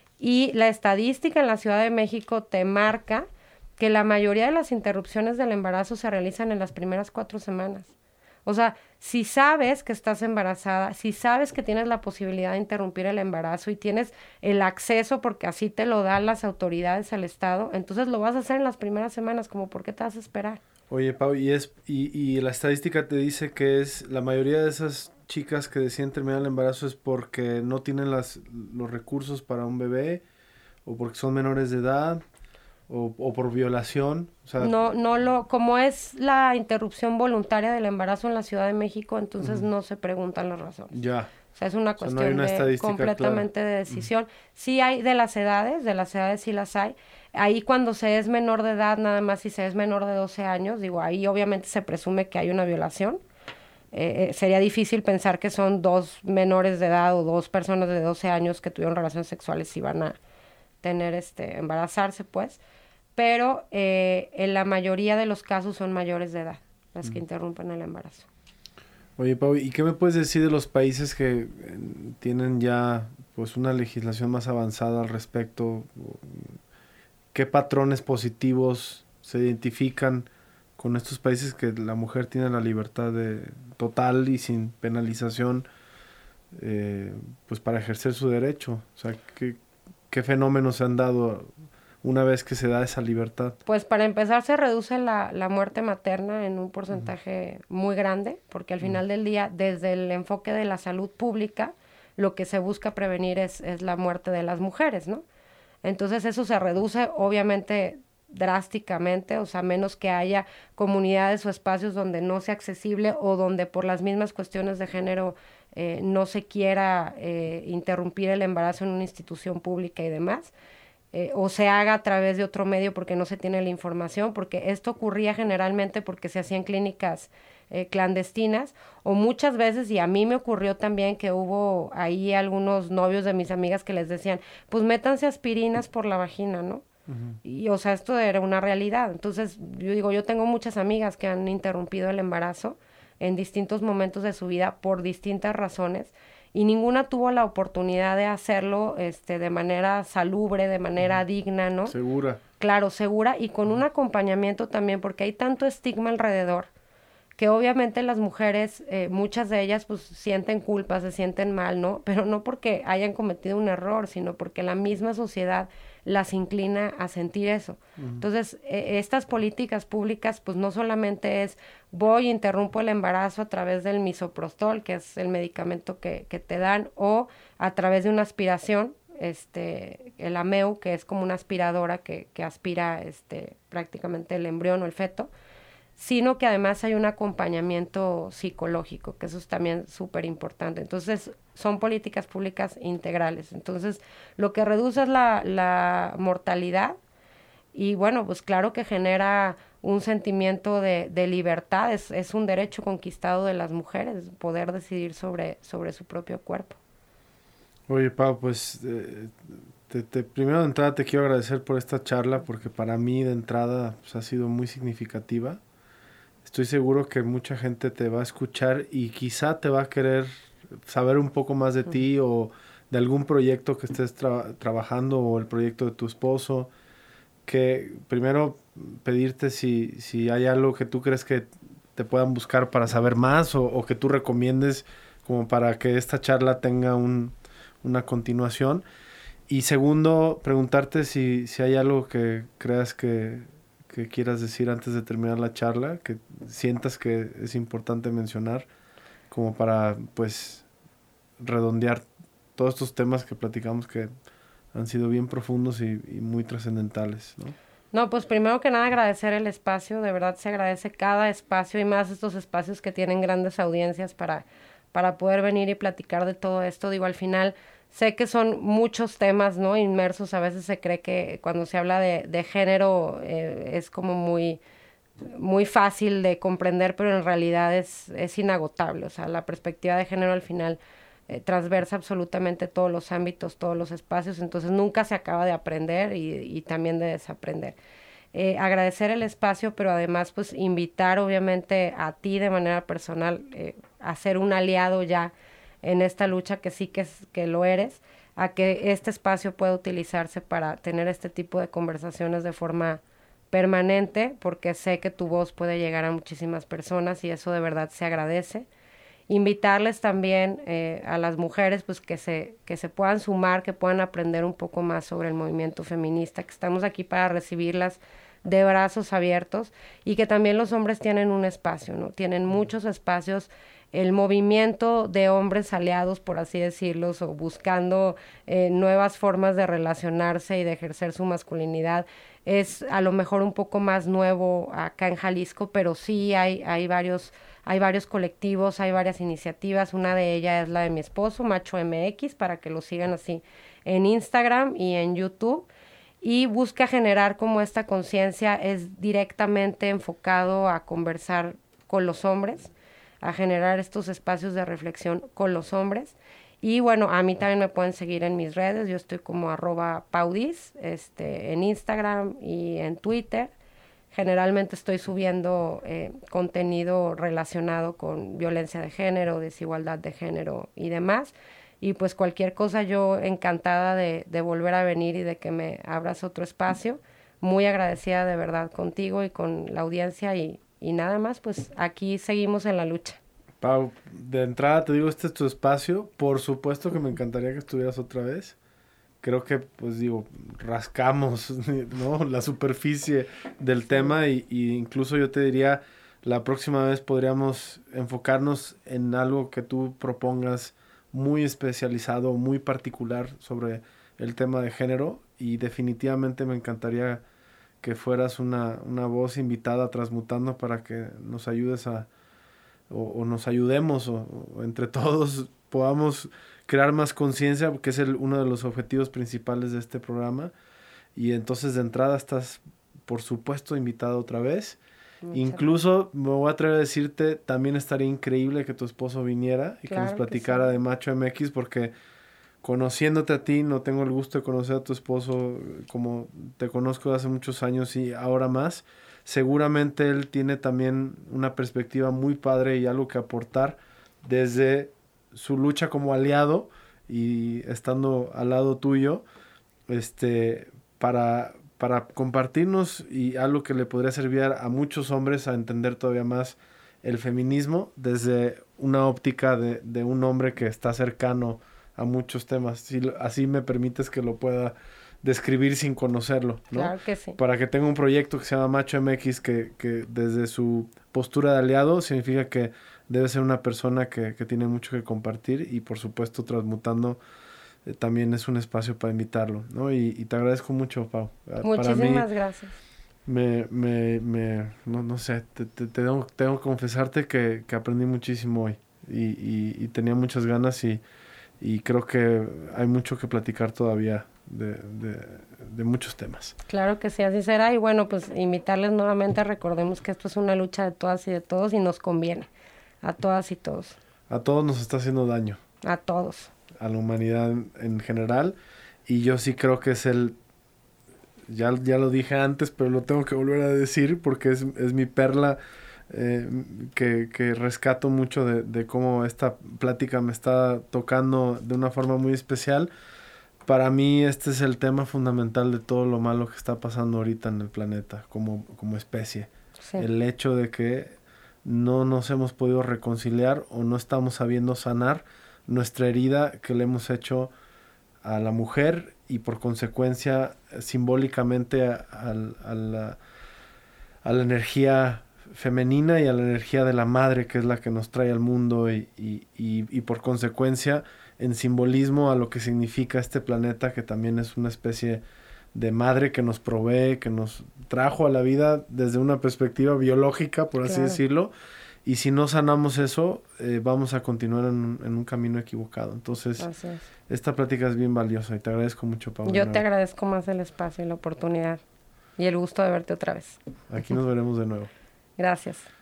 Y la estadística en la Ciudad de México te marca que la mayoría de las interrupciones del embarazo se realizan en las primeras cuatro semanas. O sea, si sabes que estás embarazada, si sabes que tienes la posibilidad de interrumpir el embarazo y tienes el acceso porque así te lo dan las autoridades del Estado, entonces lo vas a hacer en las primeras semanas, como ¿por qué te vas a esperar? Oye, Pau, y, es, y, y la estadística te dice que es la mayoría de esas chicas que deciden terminar el embarazo es porque no tienen las, los recursos para un bebé o porque son menores de edad o, o por violación. O sea, no, no lo, como es la interrupción voluntaria del embarazo en la Ciudad de México, entonces uh-huh. no se preguntan las razones. Ya. O sea, es una cuestión o sea, no hay una de completamente clara. de decisión. Uh-huh. Sí hay de las edades, de las edades sí las hay. Ahí cuando se es menor de edad, nada más si se es menor de doce años, digo, ahí obviamente se presume que hay una violación. Eh, eh, sería difícil pensar que son dos menores de edad o dos personas de doce años que tuvieron relaciones sexuales y van a tener, este, embarazarse, pues. Pero eh, en la mayoría de los casos son mayores de edad las que interrumpen el embarazo. Oye, Pau, ¿y qué me puedes decir de los países que eh, tienen ya pues una legislación más avanzada al respecto? ¿Qué patrones positivos se identifican con estos países que la mujer tiene la libertad de total y sin penalización eh, pues para ejercer su derecho? O sea, ¿qué, qué fenómenos se han dado una vez que se da esa libertad? Pues para empezar se reduce la, la muerte materna en un porcentaje uh-huh. muy grande, porque al final uh-huh. del día, desde el enfoque de la salud pública, lo que se busca prevenir es, es la muerte de las mujeres, ¿no? Entonces eso se reduce obviamente drásticamente, o sea, menos que haya comunidades o espacios donde no sea accesible o donde por las mismas cuestiones de género eh, no se quiera eh, interrumpir el embarazo en una institución pública y demás. Eh, o se haga a través de otro medio porque no se tiene la información, porque esto ocurría generalmente porque se hacían clínicas eh, clandestinas, o muchas veces, y a mí me ocurrió también que hubo ahí algunos novios de mis amigas que les decían, pues métanse aspirinas por la vagina, ¿no? Uh-huh. Y, o sea, esto era una realidad. Entonces, yo digo, yo tengo muchas amigas que han interrumpido el embarazo en distintos momentos de su vida por distintas razones, y ninguna tuvo la oportunidad de hacerlo este, de manera salubre, de manera uh-huh. digna, ¿no? Segura. Claro, segura, y con uh-huh. un acompañamiento también, porque hay tanto estigma alrededor, que obviamente las mujeres, eh, muchas de ellas, pues, sienten culpa, se sienten mal, ¿no? Pero no porque hayan cometido un error, sino porque la misma sociedad las inclina a sentir eso. Uh-huh. Entonces, eh, estas políticas públicas, pues, no solamente es voy e interrumpo el embarazo a través del misoprostol, que es el medicamento que, que te dan, o a través de una aspiración, este, el Ameu, que es como una aspiradora que, que aspira este, prácticamente el embrión o el feto, sino que además hay un acompañamiento psicológico, que eso es también súper importante. Entonces, son políticas públicas integrales. Entonces, lo que reduce es la, la mortalidad y, bueno, pues claro que genera un sentimiento de, de libertad. Es, es un derecho conquistado de las mujeres, poder decidir sobre, sobre su propio cuerpo. Oye, Pau, pues eh, te, te, primero de entrada te quiero agradecer por esta charla, porque para mí de entrada pues, ha sido muy significativa. Estoy seguro que mucha gente te va a escuchar y quizá te va a querer saber un poco más de uh-huh. ti o de algún proyecto que estés tra- trabajando o el proyecto de tu esposo. Que primero pedirte si, si hay algo que tú crees que te puedan buscar para saber más o, o que tú recomiendes como para que esta charla tenga un, una continuación. Y segundo, preguntarte si, si hay algo que creas que... que quieras decir antes de terminar la charla, que sientas que es importante mencionar, como para, pues, redondear todos estos temas que platicamos que han sido bien profundos y, y muy trascendentales, ¿no? No, pues primero que nada agradecer el espacio, de verdad se agradece cada espacio y más estos espacios que tienen grandes audiencias para, para poder venir y platicar de todo esto. Digo, al final sé que son muchos temas, ¿no? Inmersos, a veces se cree que cuando se habla de, de género eh, es como muy, muy fácil de comprender, pero en realidad es, es inagotable. O sea, la perspectiva de género al final eh, transversa absolutamente todos los ámbitos, todos los espacios, entonces nunca se acaba de aprender y, y también de desaprender. Eh, agradecer el espacio, pero además pues invitar obviamente a ti de manera personal eh, a ser un aliado ya en esta lucha, que sí que, es, que lo eres, a que este espacio pueda utilizarse para tener este tipo de conversaciones de forma permanente, porque sé que tu voz puede llegar a muchísimas personas y eso de verdad se agradece. Invitarles también eh, a las mujeres pues que se, que se puedan sumar, que puedan aprender un poco más sobre el movimiento feminista, que estamos aquí para recibirlas de brazos abiertos y que también los hombres tienen un espacio, ¿no? Tienen muchos espacios el movimiento de hombres aliados, por así decirlo, o buscando eh, nuevas formas de relacionarse y de ejercer su masculinidad, es a lo mejor un poco más nuevo acá en Jalisco, pero sí hay, hay varios, hay varios colectivos, hay varias iniciativas. Una de ellas es la de mi esposo, Macho M X, para que lo sigan así en Instagram y en YouTube. Y busca generar como esta conciencia, es directamente enfocado a conversar con los hombres, a generar estos espacios de reflexión con los hombres. Y bueno, a mí también me pueden seguir en mis redes, yo estoy como arroba paudis, este, en Instagram y en Twitter. Generalmente estoy subiendo eh, contenido relacionado con violencia de género, desigualdad de género y demás. Y pues cualquier cosa, yo encantada de, de volver a venir y de que me abras otro espacio. Muy agradecida de verdad contigo y con la audiencia y, y nada más, pues aquí seguimos en la lucha. Pau, de entrada te digo, este es tu espacio. Por supuesto que me encantaría que estuvieras otra vez. Creo que, pues digo, rascamos, ¿no?, la superficie del sí. tema y, y incluso yo te diría, la próxima vez podríamos enfocarnos en algo que tú propongas muy especializado, muy particular sobre el tema de género, y definitivamente me encantaría que fueras una, una voz invitada transmutando para que nos ayudes a, o, o nos ayudemos, o, o entre todos podamos crear más conciencia, que es el, uno de los objetivos principales de este programa. Y entonces de entrada estás, por supuesto, invitada otra vez. Muchas Incluso gracias. Me voy a atrever a decirte, también estaría increíble que tu esposo viniera y claro que nos platicara que sí. de Macho M X, porque conociéndote a ti, no tengo el gusto de conocer a tu esposo como te conozco hace muchos años y ahora más. Seguramente él tiene también una perspectiva muy padre y algo que aportar desde su lucha como aliado y estando al lado tuyo, este, para... para compartirnos y algo que le podría servir a muchos hombres a entender todavía más el feminismo desde una óptica de, de un hombre que está cercano a muchos temas. Si así me permites que lo pueda describir sin conocerlo, ¿no? Claro que sí. Para que tenga un proyecto que se llama Macho M X, que, que desde su postura de aliado significa que debe ser una persona que, que tiene mucho que compartir y por supuesto transmutando eh, también es un espacio para invitarlo, ¿no? Y, y te agradezco mucho, Pau. Muchísimas para mí, gracias. Me, me, me, no, no sé, te, te, te tengo, tengo que confesarte que, que aprendí muchísimo hoy y, y, y tenía muchas ganas y, y creo que hay mucho que platicar todavía de, de, de muchos temas. Claro que sí, así será. Y bueno, pues invitarles nuevamente, recordemos que esto es una lucha de todas y de todos y nos conviene, a todas y todos. A todos nos está haciendo daño. A todos. A la humanidad en, en general, y yo sí creo que es el, ya, ya lo dije antes, pero lo tengo que volver a decir porque es, es mi perla eh, que, que rescato mucho de, de cómo esta plática me está tocando de una forma muy especial. Para mí este es el tema fundamental de todo lo malo que está pasando ahorita en el planeta como, como especie. Sí. El hecho de que no nos hemos podido reconciliar o no estamos sabiendo sanar nuestra herida que le hemos hecho a la mujer y por consecuencia simbólicamente a, a, a, la, a la energía femenina y a la energía de la madre, que es la que nos trae al mundo y, y, y, y por consecuencia en simbolismo a lo que significa este planeta, que también es una especie de madre que nos provee, que nos trajo a la vida desde una perspectiva biológica, por así claro. decirlo. Y si no sanamos eso, eh, vamos a continuar en un, en un camino equivocado. Entonces, es. esta plática es bien valiosa y te agradezco mucho, Paula. Yo te agradezco más el espacio y la oportunidad y el gusto de verte otra vez. Aquí nos veremos de nuevo. Gracias.